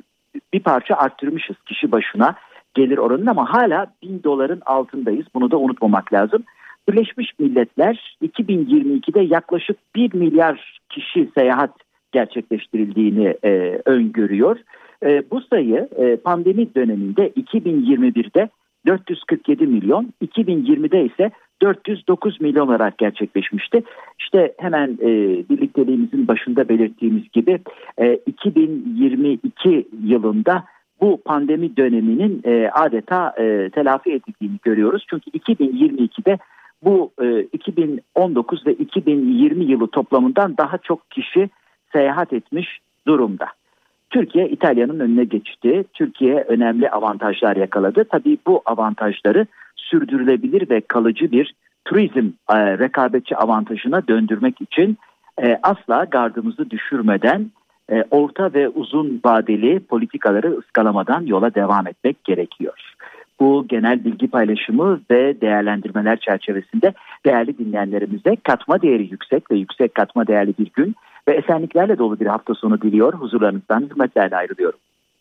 bir parça arttırmışız kişi başına gelir oranını ama hala bin doların altındayız. Bunu da unutmamak lazım. Birleşmiş Milletler iki bin yirmi ikide yaklaşık bir milyar kişi seyahat gerçekleştirildiğini e, öngörüyor. E, bu sayı e, pandemi döneminde iki bin yirmi birde dört yüz kırk yedi milyon, iki bin yirmide ise dört yüz dokuz milyon olarak gerçekleşmişti. İşte hemen e, birlikteliğimizin başında belirttiğimiz gibi e, iki bin yirmi iki yılında bu pandemi döneminin e, adeta e, telafi edildiğini görüyoruz. Çünkü iki bin yirmi ikide bu e, iki bin on dokuz ve iki bin yirmi yılı toplamından daha çok kişi seyahat etmiş durumda. Türkiye İtalya'nın önüne geçti. Türkiye önemli avantajlar yakaladı. Tabii bu avantajları sürdürülebilir ve kalıcı bir turizm e, rekabetçi avantajına döndürmek için e, asla gardımızı düşürmeden e, orta ve uzun vadeli politikaları ıskalamadan yola devam etmek gerekiyor. Bu genel bilgi paylaşımı ve değerlendirmeler çerçevesinde değerli dinleyenlerimize katma değeri yüksek ve yüksek katma değerli bir gün ve esenliklerle dolu bir hafta sonu diliyor. Huzurlarınızdan hürmetlerle ayrılıyorum.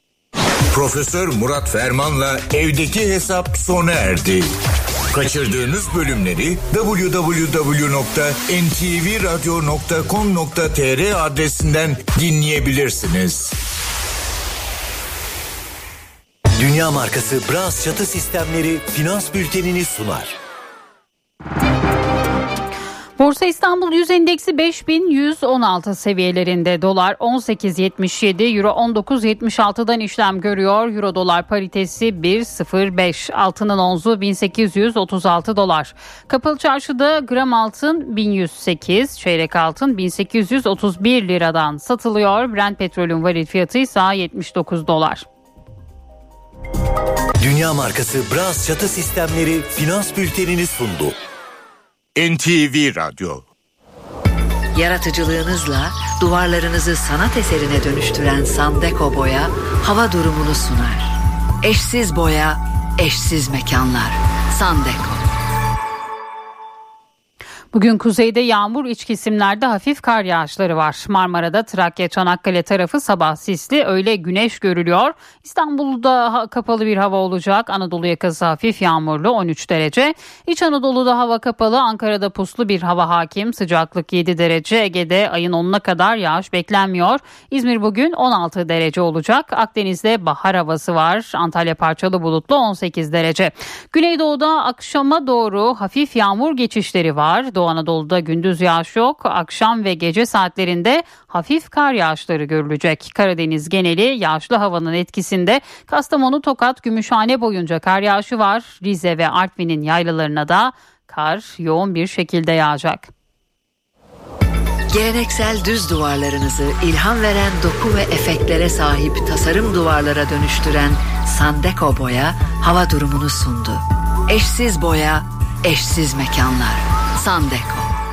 Profesör Murat Ferman'la evdeki hesap sona erdi. Kaçırdığınız bölümleri double-u double-u double-u nokta en ti vi radyo nokta com nokta tr adresinden dinleyebilirsiniz. Dünya markası Bras Çatı Sistemleri finans bültenini sunar. Borsa İstanbul Yüz Endeksi beş bin yüz on altı seviyelerinde, dolar on sekiz yetmiş yedi, euro on dokuz yetmiş altıdan işlem görüyor. Euro dolar paritesi bir virgül sıfır beş, altının onzu bin sekiz yüz otuz altı dolar. Kapalı çarşıda gram altın bin yüz sekiz, çeyrek altın bin sekiz yüz otuz bir liradan satılıyor. Brent petrolün varil fiyatı ise yetmiş dokuz dolar. Dünya markası Bras Çatı Sistemleri finans bültenini sundu. en ti vi Radyo. Yaratıcılığınızla duvarlarınızı sanat eserine dönüştüren Sandeko Boya hava durumunu sunar. Eşsiz boya, eşsiz mekanlar. Sandeko. Bugün kuzeyde yağmur, iç kesimlerde hafif kar yağışları var. Marmara'da, Trakya, Çanakkale tarafı sabah sisli, öğle güneş görülüyor. İstanbul'da kapalı bir hava olacak. Anadolu yakası hafif yağmurlu, on üç derece. İç Anadolu'da hava kapalı, Ankara'da puslu bir hava hakim. Sıcaklık yedi derece. Ege'de ayın onuna kadar yağış beklenmiyor. İzmir bugün on altı derece olacak. Akdeniz'de bahar havası var. Antalya parçalı bulutlu, on sekiz derece. Güneydoğu'da akşama doğru hafif yağmur geçişleri var. Doğu Anadolu'da gündüz yağış yok. Akşam ve gece saatlerinde hafif kar yağışları görülecek. Karadeniz geneli yağışlı havanın etkisinde. Kastamonu, Tokat, Gümüşhane boyunca kar yağışı var. Rize ve Artvin'in yaylalarına da kar yoğun bir şekilde yağacak. Geleneksel düz duvarlarınızı ilham veren doku ve efektlere sahip tasarım duvarlara dönüştüren Sandeko Boya hava durumunu sundu. Eşsiz boya, eşsiz mekanlar. Sandeko.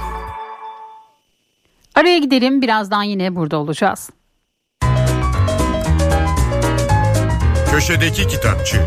Araya gidelim, birazdan yine burada olacağız. Köşedeki Kitapçı.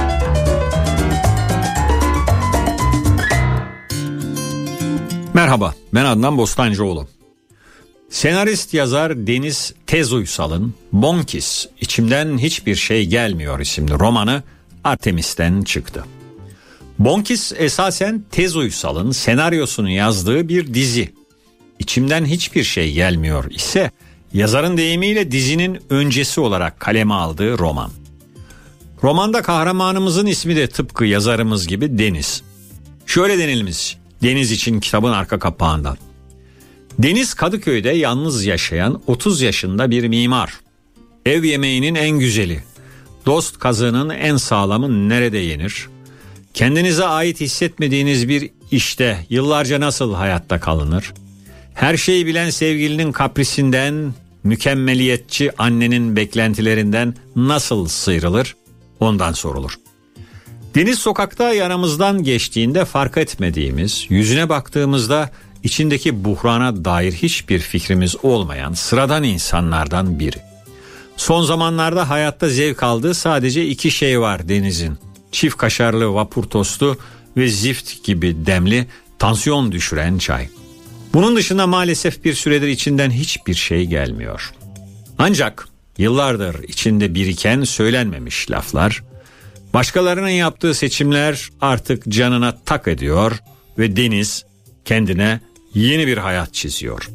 Merhaba, ben Adnan Bostancıoğlu. Senarist yazar Deniz Tezuysal'ın Bonkis, İçimden Hiçbir Şey Gelmiyor isimli romanı Artemis'ten çıktı. Bonkis esasen Tezuysal'ın senaryosunu yazdığı bir dizi. İçimden Hiçbir Şey Gelmiyor ise yazarın deyimiyle dizinin öncesi olarak kaleme aldığı roman. Romanda kahramanımızın ismi de tıpkı yazarımız gibi Deniz. Şöyle denilmiş Deniz için kitabın arka kapağından. Deniz Kadıköy'de yalnız yaşayan otuz yaşında bir mimar. Ev yemeğinin en güzeli, dost kazığının en sağlamı nerede yenir? Kendinize ait hissetmediğiniz bir işte yıllarca nasıl hayatta kalınır? Her şeyi bilen sevgilinin kaprisinden, mükemmeliyetçi annenin beklentilerinden nasıl sıyrılır? Ondan sorulur. Deniz sokakta yanımızdan geçtiğinde fark etmediğimiz, yüzüne baktığımızda içindeki buhrana dair hiçbir fikrimiz olmayan sıradan insanlardan biri. Son zamanlarda hayatta zevk aldığı sadece iki şey var Deniz'in. Çift kaşarlı vapur tostu ve zift gibi demli, tansiyon düşüren çay. Bunun dışında maalesef bir süredir içinden hiçbir şey gelmiyor. Ancak yıllardır içinde biriken söylenmemiş laflar, başkalarının yaptığı seçimler artık canına tak ediyor ve Deniz kendine yeni bir hayat çiziyor.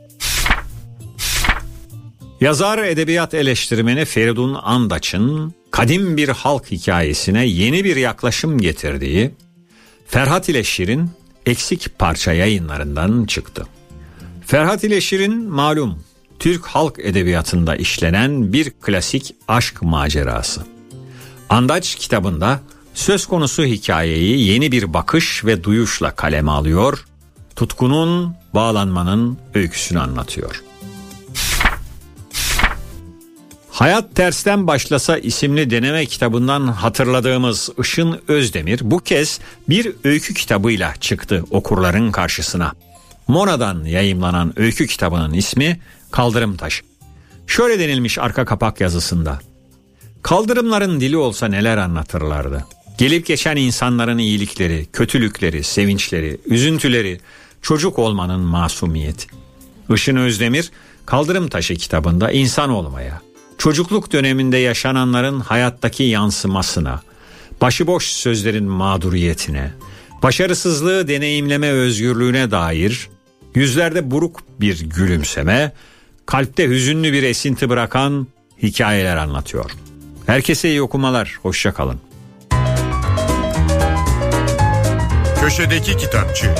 Yazar, edebiyat eleştirmeni Feridun Andaç'ın kadim bir halk hikayesine yeni bir yaklaşım getirdiği Ferhat ile Şirin Eksik Parça yayınlarından çıktı. Ferhat ile Şirin malum Türk halk edebiyatında işlenen bir klasik aşk macerası. Andaç kitabında söz konusu hikayeyi yeni bir bakış ve duyuşla kaleme alıyor, tutkunun, bağlanmanın öyküsünü anlatıyor. Hayat Tersten Başlasa isimli deneme kitabından hatırladığımız Işın Özdemir bu kez bir öykü kitabıyla çıktı okurların karşısına. Mona'dan yayımlanan öykü kitabının ismi Kaldırım Taşı. Şöyle denilmiş arka kapak yazısında. Kaldırımların dili olsa neler anlatırlardı. Gelip geçen insanların iyilikleri, kötülükleri, sevinçleri, üzüntüleri, çocuk olmanın masumiyeti. Işın Özdemir Kaldırım Taşı kitabında insan olmaya, çocukluk döneminde yaşananların hayattaki yansımasına, başıboş sözlerin mağduriyetine, başarısızlığı deneyimleme özgürlüğüne dair yüzlerde buruk bir gülümseme, kalpte hüzünlü bir esinti bırakan hikayeler anlatıyor. Herkese iyi okumalar, hoşça kalın. Köşedeki Kitapçı.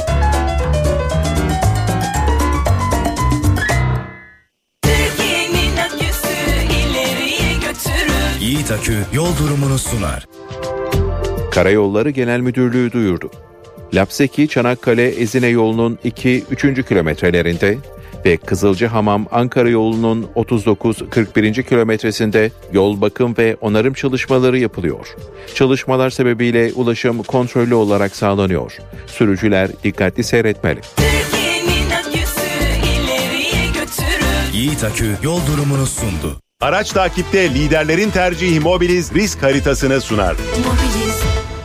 Türkiye'nin aküsü ileriye götürür. Yiğit Akü yol durumunu sunar. Karayolları Genel Müdürlüğü duyurdu. Lapseki Çanakkale Ezine yolunun iki üçüncü kilometrelerinde ve Kızılcahamam Ankara yolunun otuz dokuz kırk birinci kilometresinde yol bakım ve onarım çalışmaları yapılıyor. Çalışmalar sebebiyle ulaşım kontrollü olarak sağlanıyor. Sürücüler dikkatli seyretmeli. Türkiye'nin aküsü ileriye götürür. Yiğit Akü yol durumunu sundu. Araç takipte liderlerin tercihi Mobiliz risk haritasını sunar. Mobiliz.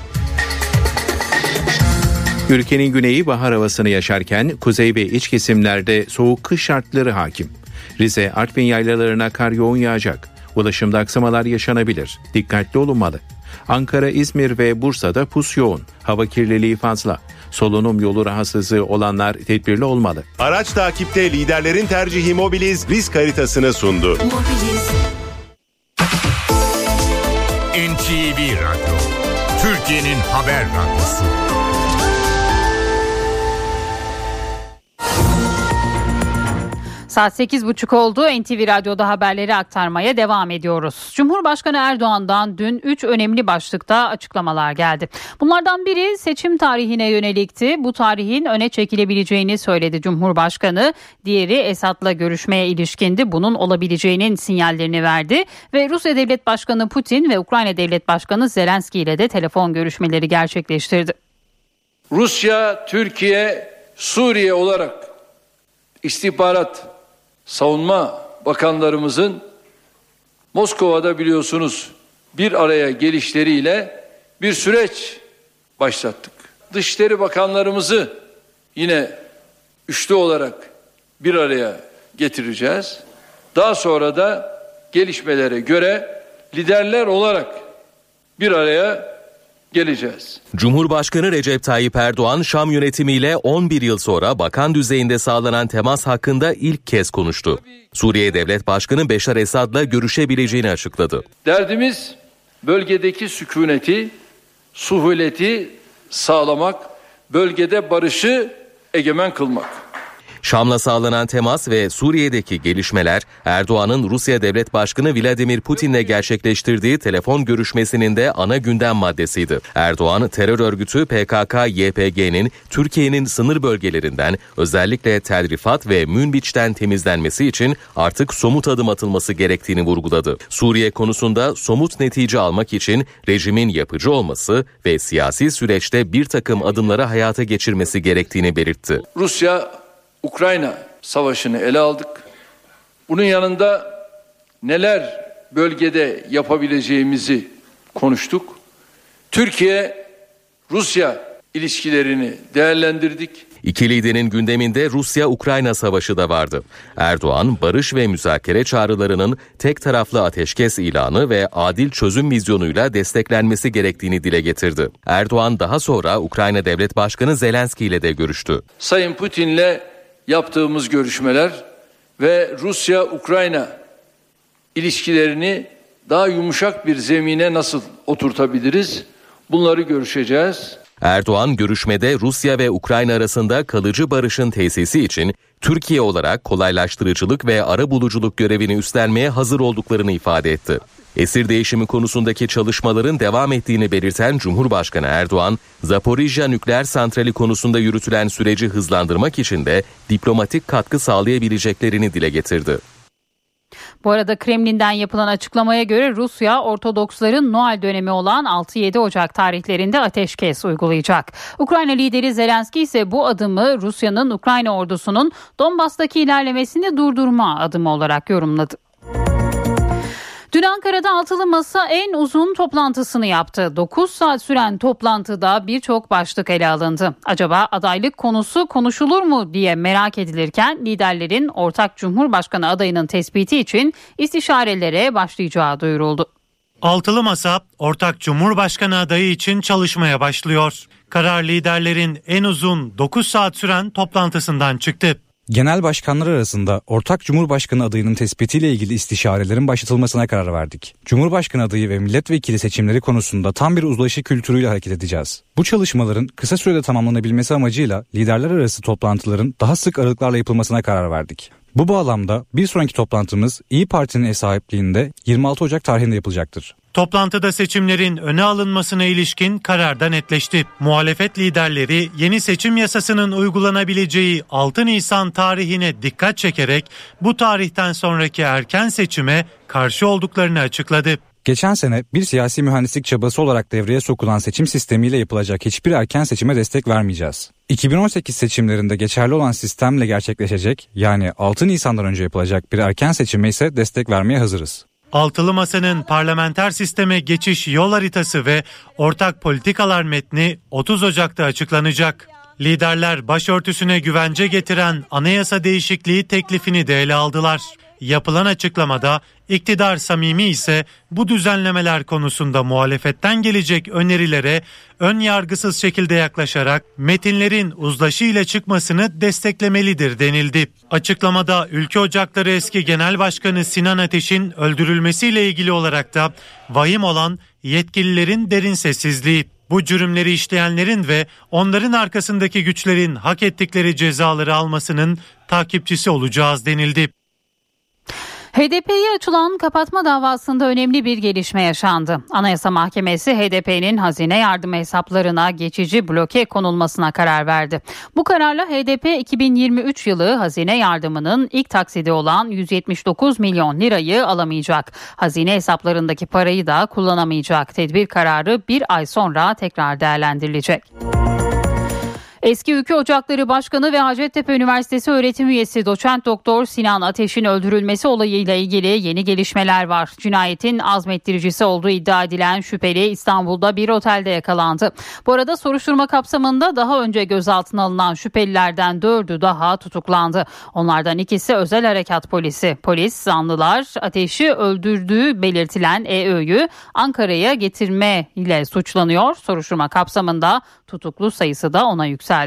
Ülkenin güneyi bahar havasını yaşarken kuzey ve iç kesimlerde soğuk kış şartları hakim. Rize, Artvin yaylalarına kar yoğun yağacak. Ulaşımda aksamalar yaşanabilir. Dikkatli olunmalı. Ankara, İzmir ve Bursa'da pus yoğun. Hava kirliliği fazla. Solunum yolu rahatsızlığı olanlar tedbirli olmalı. Araç takipte liderlerin tercihi Mobiliz risk haritasını sundu. Mobiliz. N T V Radyo, Türkiye'nin haber radyosu. Saat sekiz buçuk oldu. N T V Radyo'da haberleri aktarmaya devam ediyoruz. Cumhurbaşkanı Erdoğan'dan dün üç önemli başlıkta açıklamalar geldi. Bunlardan biri seçim tarihine yönelikti. Bu tarihin öne çekilebileceğini söyledi Cumhurbaşkanı. Diğeri Esad'la görüşmeye ilişkindi. Bunun olabileceğinin sinyallerini verdi. Ve Rusya Devlet Başkanı Putin ve Ukrayna Devlet Başkanı Zelenski ile de telefon görüşmeleri gerçekleştirdi. Rusya, Türkiye, Suriye olarak istihbarat, savunma bakanlarımızın Moskova'da biliyorsunuz bir araya gelişleriyle bir süreç başlattık. Dışişleri bakanlarımızı yine üçlü olarak bir araya getireceğiz. Daha sonra da gelişmelere göre liderler olarak bir araya geleceğiz. Cumhurbaşkanı Recep Tayyip Erdoğan, Şam yönetimiyle on bir yıl sonra bakan düzeyinde sağlanan temas hakkında ilk kez konuştu. Suriye Devlet Başkanı Beşar Esad'la görüşebileceğini açıkladı. Derdimiz bölgedeki sükuneti, suhuleti sağlamak, bölgede barışı egemen kılmak. Şam'la sağlanan temas ve Suriye'deki gelişmeler Erdoğan'ın Rusya Devlet Başkanı Vladimir Putin'le gerçekleştirdiği telefon görüşmesinin de ana gündem maddesiydi. Erdoğan, terör örgütü P K K Y P G'nin Türkiye'nin sınır bölgelerinden özellikle Tel Rifat ve Münbiç'ten temizlenmesi için artık somut adım atılması gerektiğini vurguladı. Suriye konusunda somut netice almak için rejimin yapıcı olması ve siyasi süreçte bir takım adımları hayata geçirmesi gerektiğini belirtti. Rusya Ukrayna savaşını ele aldık. Bunun yanında neler bölgede yapabileceğimizi konuştuk. Türkiye-Rusya ilişkilerini değerlendirdik. İki liderin gündeminde Rusya-Ukrayna savaşı da vardı. Erdoğan, barış ve müzakere çağrılarının tek taraflı ateşkes ilanı ve adil çözüm vizyonuyla desteklenmesi gerektiğini dile getirdi. Erdoğan daha sonra Ukrayna Devlet Başkanı Zelenski ile de görüştü. Sayın Putin'le yaptığımız görüşmeler ve Rusya-Ukrayna ilişkilerini daha yumuşak bir zemine nasıl oturtabiliriz? Bunları görüşeceğiz. Erdoğan görüşmede Rusya ve Ukrayna arasında kalıcı barışın tesisi için Türkiye olarak kolaylaştırıcılık ve arabuluculuk görevini üstlenmeye hazır olduklarını ifade etti. Esir değişimi konusundaki çalışmaların devam ettiğini belirten Cumhurbaşkanı Erdoğan, Zaporijya nükleer santrali konusunda yürütülen süreci hızlandırmak için de diplomatik katkı sağlayabileceklerini dile getirdi. Bu arada Kremlin'den yapılan açıklamaya göre Rusya Ortodoksların Noel dönemi olan altı yedi Ocak tarihlerinde ateşkes uygulayacak. Ukrayna lideri Zelenski ise bu adımı Rusya'nın Ukrayna ordusunun Donbas'taki ilerlemesini durdurma adımı olarak yorumladı. Dün Ankara'da Altılı Masa en uzun toplantısını yaptı. dokuz saat süren toplantıda birçok başlık ele alındı. Acaba adaylık konusu konuşulur mu diye merak edilirken liderlerin ortak Cumhurbaşkanı adayının tespiti için istişarelere başlayacağı duyuruldu. Altılı Masa ortak Cumhurbaşkanı adayı için çalışmaya başlıyor. Karar liderlerin en uzun dokuz saat süren toplantısından çıktı. Genel başkanlar arasında ortak Cumhurbaşkanı adayının tespitiyle ilgili istişarelerin başlatılmasına karar verdik. Cumhurbaşkanı adayı ve milletvekili seçimleri konusunda tam bir uzlaşı kültürüyle hareket edeceğiz. Bu çalışmaların kısa sürede tamamlanabilmesi amacıyla liderler arası toplantıların daha sık aralıklarla yapılmasına karar verdik. Bu bağlamda bir sonraki toplantımız İYİ Parti'nin ev sahipliğinde yirmi altı Ocak tarihinde yapılacaktır. Toplantıda seçimlerin öne alınmasına ilişkin kararda netleşti. Muhalefet liderleri yeni seçim yasasının uygulanabileceği altı Nisan tarihine dikkat çekerek bu tarihten sonraki erken seçime karşı olduklarını açıkladı. Geçen sene bir siyasi mühendislik çabası olarak devreye sokulan seçim sistemiyle yapılacak hiçbir erken seçime destek vermeyeceğiz. iki bin on sekiz seçimlerinde geçerli olan sistemle gerçekleşecek, yani altı Nisan'dan önce yapılacak bir erken seçime ise destek vermeye hazırız. Altılı Masa'nın parlamenter sisteme geçiş yol haritası ve ortak politikalar metni otuz Ocak'ta açıklanacak. Liderler başörtüsüne güvence getiren anayasa değişikliği teklifini de ele aldılar. Yapılan açıklamada iktidar samimi ise bu düzenlemeler konusunda muhalefetten gelecek önerilere ön yargısız şekilde yaklaşarak metinlerin uzlaşı ile çıkmasını desteklemelidir denildi. Açıklamada Ülke Ocakları eski Genel Başkanı Sinan Ateş'in öldürülmesiyle ilgili olarak da vahim olan yetkililerin derin sessizliği, bu cürümleri işleyenlerin ve onların arkasındaki güçlerin hak ettikleri cezaları almasının takipçisi olacağız denildi. H D P'ye açılan kapatma davasında önemli bir gelişme yaşandı. Anayasa Mahkemesi H D P'nin hazine yardımı hesaplarına geçici bloke konulmasına karar verdi. Bu kararla H D P iki bin yirmi üç yılı hazine yardımının ilk taksidi olan yüz yetmiş dokuz milyon lirayı alamayacak. Hazine hesaplarındaki parayı da kullanamayacak. Tedbir kararı bir ay sonra tekrar değerlendirilecek. Eski Ülke Ocakları Başkanı ve Hacettepe Üniversitesi öğretim üyesi doçent doktor Sinan Ateş'in öldürülmesi olayıyla ilgili yeni gelişmeler var. Cinayetin azmettiricisi olduğu iddia edilen şüpheli İstanbul'da bir otelde yakalandı. Bu arada soruşturma kapsamında daha önce gözaltına alınan şüphelilerden dördü daha tutuklandı. Onlardan ikisi özel harekat polisi. Polis zanlılar Ateş'i öldürdüğü belirtilen E Ö'yü Ankara'ya getirme ile suçlanıyor. Soruşturma kapsamında tutuklu sayısı da ona yükseldi.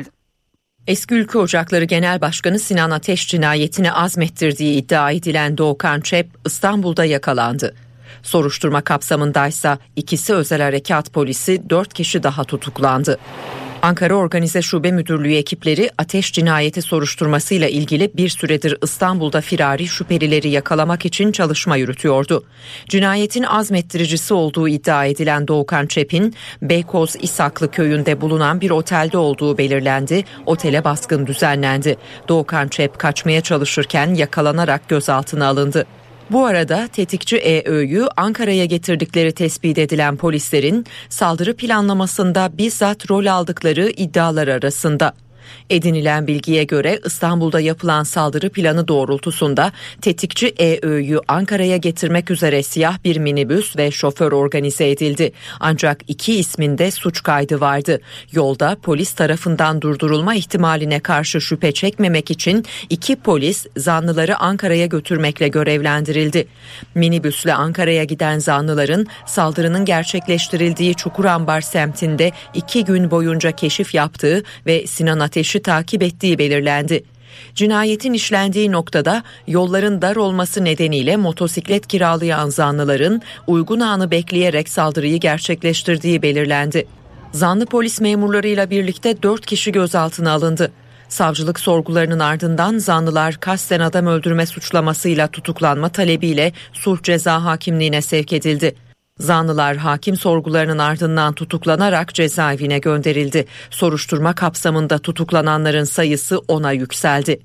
Eski Ülke Ocakları Genel Başkanı Sinan Ateş cinayetini azmettirdiği iddia edilen Doğukan Çep İstanbul'da yakalandı. Soruşturma kapsamındaysa ikisi özel harekat polisi, dört kişi daha tutuklandı. Ankara Organize Şube Müdürlüğü ekipleri Ateş cinayeti soruşturmasıyla ilgili bir süredir İstanbul'da firari şüphelileri yakalamak için çalışma yürütüyordu. Cinayetin azmettiricisi olduğu iddia edilen Doğukan Çep'in Beykoz İshaklı köyünde bulunan bir otelde olduğu belirlendi. Otele baskın düzenlendi. Doğukan Çep kaçmaya çalışırken yakalanarak gözaltına alındı. Bu arada tetikçi E Ö'yü Ankara'ya getirdikleri tespit edilen polislerin saldırı planlamasında bizzat rol aldıkları iddialar arasında. Edinilen bilgiye göre İstanbul'da yapılan saldırı planı doğrultusunda tetikçi E Ö'yü Ankara'ya getirmek üzere siyah bir minibüs ve şoför organize edildi. Ancak iki isminde suç kaydı vardı. Yolda polis tarafından durdurulma ihtimaline karşı şüphe çekmemek için iki polis zanlıları Ankara'ya götürmekle görevlendirildi. Minibüsle Ankara'ya giden zanlıların saldırının gerçekleştirildiği Çukurambar semtinde iki gün boyunca keşif yaptığı ve Sinan Ateş'i takip ettiği belirlendi. Cinayetin işlendiği noktada yolların dar olması nedeniyle motosiklet kiralayan zanlıların uygun anı bekleyerek saldırıyı gerçekleştirdiği belirlendi. Zanlı polis memurlarıyla birlikte dört kişi gözaltına alındı. Savcılık sorgularının ardından zanlılar kasten adam öldürme suçlamasıyla tutuklanma talebiyle sulh ceza hakimliğine sevk edildi. Zanlılar hakim sorgularının ardından tutuklanarak cezaevine gönderildi. Soruşturma kapsamında tutuklananların sayısı ona yükseldi.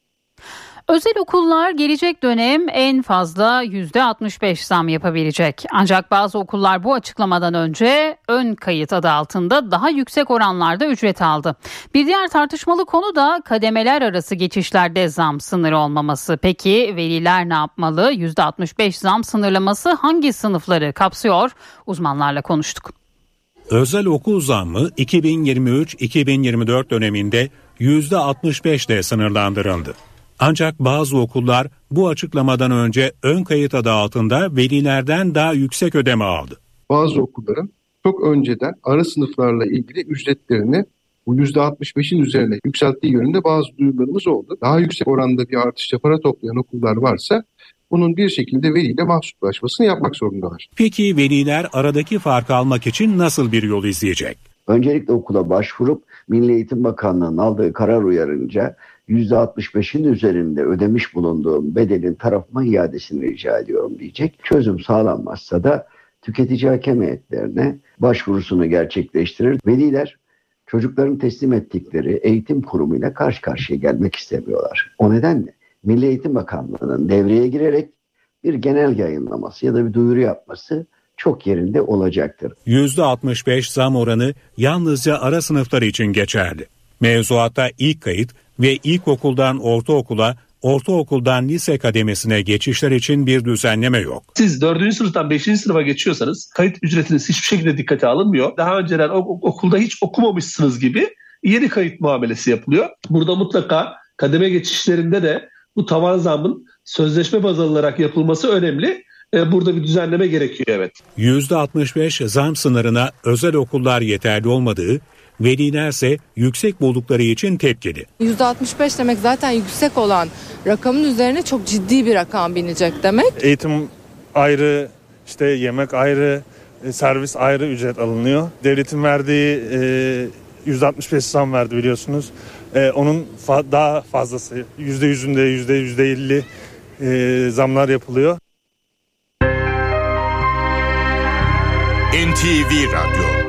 Özel okullar gelecek dönem en fazla yüzde altmış beş zam yapabilecek. Ancak bazı okullar bu açıklamadan önce ön kayıt adı altında daha yüksek oranlarda ücret aldı. Bir diğer tartışmalı konu da kademeler arası geçişlerde zam sınırı olmaması. Peki veliler ne yapmalı? yüzde altmış beş zam sınırlaması hangi sınıfları kapsıyor? Uzmanlarla konuştuk. Özel okul zammı iki bin yirmi üç iki bin yirmi dört döneminde yüzde altmış beş ile sınırlandırıldı. Ancak bazı okullar bu açıklamadan önce ön kayıt adı altında velilerden daha yüksek ödeme aldı. Bazı okulların çok önceden ara sınıflarla ilgili ücretlerini bu yüzde altmış beşin üzerine yükselttiği yönünde bazı duyumlarımız oldu. Daha yüksek oranda bir artışla para toplayan okullar varsa bunun bir şekilde veliyle mahsuplaşmasını yapmak zorundalar. Peki veliler aradaki farkı almak için nasıl bir yol izleyecek? Öncelikle okula başvurup Milli Eğitim Bakanlığı'nın aldığı karar uyarınca yüzde altmış beşin üzerinde ödemiş bulunduğum bedelin tarafıma iadesini rica ediyorum diyecek. Çözüm sağlanmazsa da tüketici hakem heyetlerine başvurusunu gerçekleştirir. Veliler çocukların teslim ettikleri eğitim kurumuyla karşı karşıya gelmek istemiyorlar. O nedenle Milli Eğitim Bakanlığı'nın devreye girerek bir genel yayınlaması ya da bir duyuru yapması çok yerinde olacaktır. yüzde altmış beş zam oranı yalnızca ara sınıflar için geçerli. Mevzuatta ilk kayıt ve ilkokuldan ortaokula, ortaokuldan lise kademesine geçişler için bir düzenleme yok. Siz dördüncü sınıftan beşinci sınıfa geçiyorsanız kayıt ücretiniz hiçbir şekilde dikkate alınmıyor. Daha önceden okulda hiç okumamışsınız gibi yeni kayıt muamelesi yapılıyor. Burada mutlaka kademe geçişlerinde de bu tavan zammın sözleşme baz alınarak yapılması önemli. Burada bir düzenleme gerekiyor, evet. yüzde altmış beş zam sınırına özel okullar yeterli olmadığı, velilerse yüksek buldukları için tepkili. yüzde altmış beş demek zaten yüksek olan rakamın üzerine çok ciddi bir rakam binecek demek. Eğitim ayrı, işte yemek ayrı, servis ayrı ücret alınıyor. Devletin verdiği yüzde altmış beş zam verdi biliyorsunuz. Onun daha fazlası yüzde yüzünde yüzde yüzde elli zamlar yapılıyor. N T V Radyo.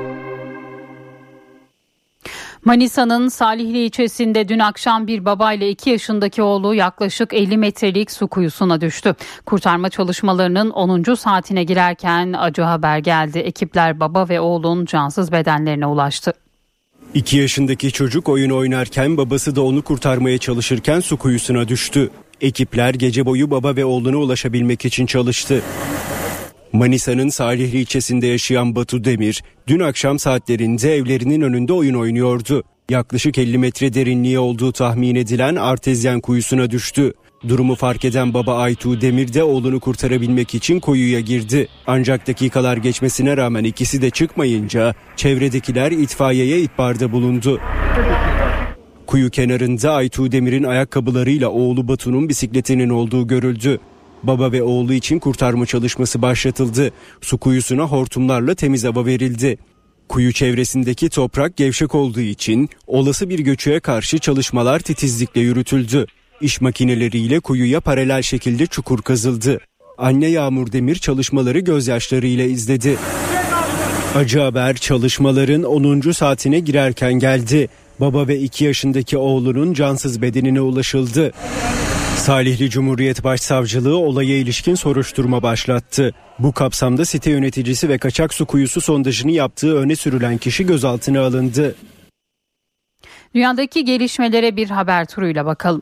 Manisa'nın Salihli ilçesinde dün akşam bir babayla iki yaşındaki oğlu yaklaşık elli metrelik su kuyusuna düştü. Kurtarma çalışmalarının onuncu saatine girerken acı haber geldi. Ekipler baba ve oğlun cansız bedenlerine ulaştı. iki yaşındaki çocuk oyun oynarken babası da onu kurtarmaya çalışırken su kuyusuna düştü. Ekipler gece boyu baba ve oğluna ulaşabilmek için çalıştı. Manisa'nın Salihli ilçesinde yaşayan Batu Demir, dün akşam saatlerinde evlerinin önünde oyun oynuyordu. Yaklaşık elli metre derinliğe olduğu tahmin edilen artezyen kuyusuna düştü. Durumu fark eden baba Aytuğ Demir de oğlunu kurtarabilmek için kuyuya girdi. Ancak dakikalar geçmesine rağmen ikisi de çıkmayınca çevredekiler itfaiyeye ihbarda bulundu. Kuyu kenarında Aytuğ Demir'in ayakkabılarıyla oğlu Batu'nun bisikletinin olduğu görüldü. Baba ve oğlu için kurtarma çalışması başlatıldı. Su kuyusuna hortumlarla temiz hava verildi. Kuyu çevresindeki toprak gevşek olduğu için olası bir göçüğe karşı çalışmalar titizlikle yürütüldü. İş makineleriyle kuyuya paralel şekilde çukur kazıldı. Anne Yağmur Demir çalışmaları gözyaşlarıyla izledi. Acı haber çalışmaların onuncu saatine girerken geldi. Baba ve iki yaşındaki oğlunun cansız bedenine ulaşıldı. Salihli Cumhuriyet Başsavcılığı olaya ilişkin soruşturma başlattı. Bu kapsamda site yöneticisi ve kaçak su kuyusu sondajını yaptığı öne sürülen kişi gözaltına alındı. Dünyadaki gelişmelere bir haber turuyla bakalım.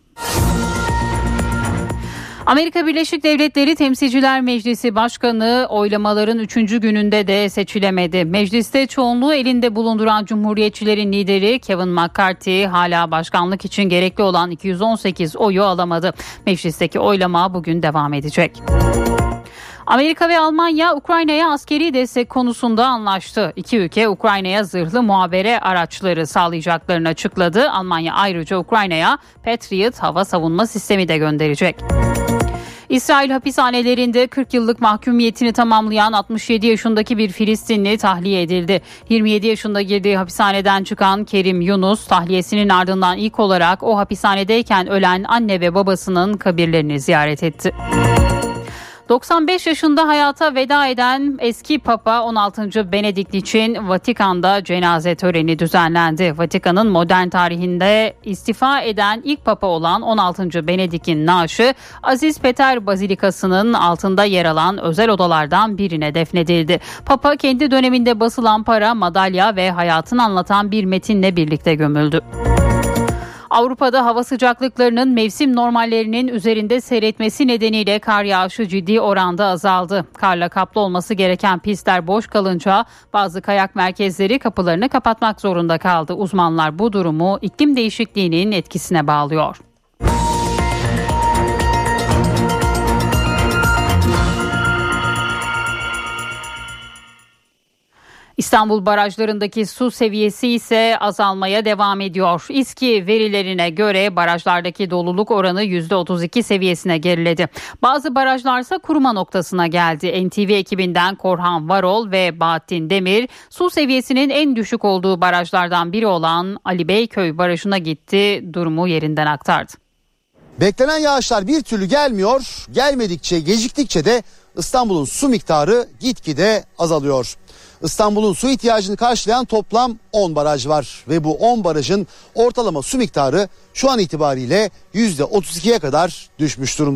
Amerika Birleşik Devletleri Temsilciler Meclisi Başkanı oylamaların üçüncü gününde de seçilemedi. Mecliste çoğunluğu elinde bulunduran Cumhuriyetçilerin lideri Kevin McCarthy hala başkanlık için gerekli olan iki yüz on sekiz oyu alamadı. Meclisteki oylama bugün devam edecek. Amerika ve Almanya Ukrayna'ya askeri destek konusunda anlaştı. İki ülke Ukrayna'ya zırhlı muhabere araçları sağlayacaklarını açıkladı. Almanya ayrıca Ukrayna'ya Patriot hava savunma sistemi de gönderecek. İsrail hapishanelerinde kırk yıllık mahkumiyetini tamamlayan altmış yedi yaşındaki bir Filistinli tahliye edildi. yirmi yedi yaşında girdiği hapishaneden çıkan Kerim Yunus tahliyesinin ardından ilk olarak o hapishanedeyken ölen anne ve babasının kabirlerini ziyaret etti. doksan beş yaşında hayata veda eden eski Papa on altıncı Benedikt için Vatikan'da cenaze töreni düzenlendi. Vatikan'ın modern tarihinde istifa eden ilk Papa olan on altıncı Benedikt'in naaşı Aziz Peter Bazilikası'nın altında yer alan özel odalardan birine defnedildi. Papa kendi döneminde basılan para, madalya ve hayatını anlatan bir metinle birlikte gömüldü. Avrupa'da hava sıcaklıklarının mevsim normallerinin üzerinde seyretmesi nedeniyle kar yağışı ciddi oranda azaldı. Karla kaplı olması gereken pistler boş kalınca bazı kayak merkezleri kapılarını kapatmak zorunda kaldı. Uzmanlar bu durumu iklim değişikliğinin etkisine bağlıyor. İstanbul barajlarındaki su seviyesi ise azalmaya devam ediyor. İSKİ verilerine göre barajlardaki doluluk oranı yüzde otuz iki seviyesine geriledi. Bazı barajlarsa kuruma noktasına geldi. N T V ekibinden Korhan Varol ve Bahattin Demir su seviyesinin en düşük olduğu barajlardan biri olan Ali Beyköy Barajı'na gitti. Durumu yerinden aktardı. Beklenen yağışlar bir türlü gelmiyor. Gelmedikçe, geciktikçe de İstanbul'un su miktarı gitgide azalıyor. İstanbul'un su ihtiyacını karşılayan toplam on baraj var ve bu on barajın ortalama su miktarı şu an itibariyle yüzde otuz ikiye kadar düşmüş durumda.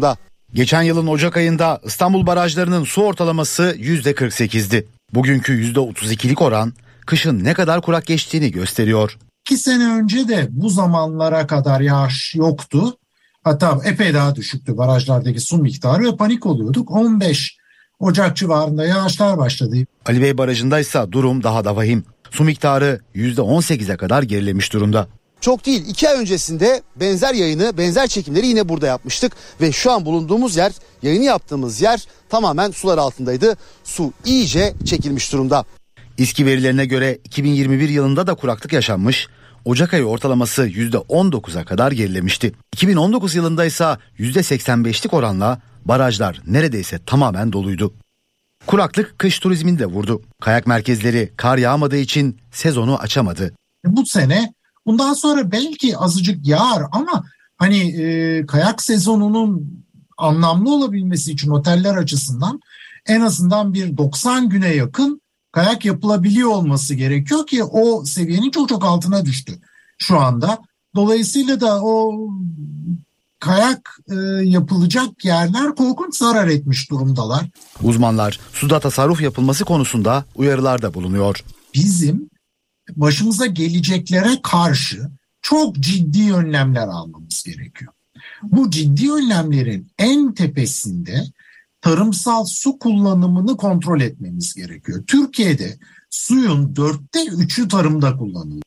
Geçen yılın Ocak ayında İstanbul barajlarının su ortalaması yüzde kırk sekizdi. Bugünkü yüzde otuz ikilik oran kışın ne kadar kurak geçtiğini gösteriyor. İki sene önce de bu zamanlara kadar yağış yoktu. Hatta epey daha düşüktü barajlardaki su miktarı ve panik oluyorduk. on beş Ocak civarında yağışlar başladı. Ali Bey Barajı'ndaysa durum daha da vahim. Su miktarı yüzde on sekize kadar gerilemiş durumda. Çok değil, iki ay öncesinde benzer yayını, benzer çekimleri yine burada yapmıştık. Ve şu an bulunduğumuz yer, yayını yaptığımız yer tamamen sular altındaydı. Su iyice çekilmiş durumda. İSKİ verilerine göre iki bin yirmi bir yılında da kuraklık yaşanmış. Ocak ayı ortalaması yüzde on dokuza kadar gerilemişti. iki bin on dokuz yılında ise yüzde seksen beşlik oranla barajlar neredeyse tamamen doluydu. Kuraklık kış turizmini de vurdu. Kayak merkezleri kar yağmadığı için sezonu açamadı. Bu sene bundan sonra belki azıcık yağar ama hani e, kayak sezonunun anlamlı olabilmesi için oteller açısından en azından bir doksan güne yakın kayak yapılabiliyor olması gerekiyor ki o seviyenin çok çok altına düştü şu anda. Dolayısıyla da o kayak e, yapılacak yerler korkunç zarar etmiş durumdalar. Uzmanlar suda tasarruf yapılması konusunda uyarılarda bulunuyor. Bizim başımıza geleceklere karşı çok ciddi önlemler almamız gerekiyor. Bu ciddi önlemlerin en tepesinde tarımsal su kullanımını kontrol etmemiz gerekiyor. Türkiye'de suyun dörtte üçü tarımda kullanılıyor.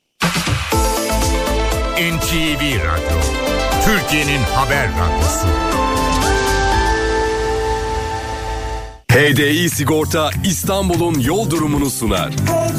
N T V Radyo, Türkiye'nin haber radyosu. H D I Sigorta İstanbul'un yol durumunu sunar.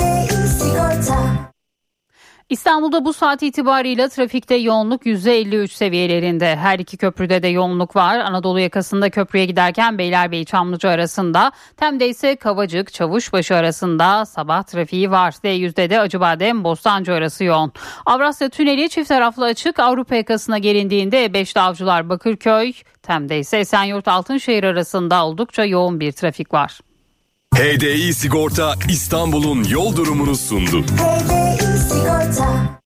İstanbul'da bu saat itibariyle trafikte yoğunluk yüzde elli üç seviyelerinde. Her iki köprüde de yoğunluk var. Anadolu yakasında köprüye giderken Beylerbeyi Çamlıca arasında, Tem'de ise Kavacık Çavuşbaşı arasında sabah trafiği var. D yüzde de Acıbadem Bostancı arası yoğun. Avrasya Tüneli çift taraflı açık. Avrupa yakasına gelindiğinde E beşte Avcılar Bakırköy, Tem'de ise Esenyurt Altınşehir arasında oldukça yoğun bir trafik var. H D I Sigorta İstanbul'un yol durumunu sundu.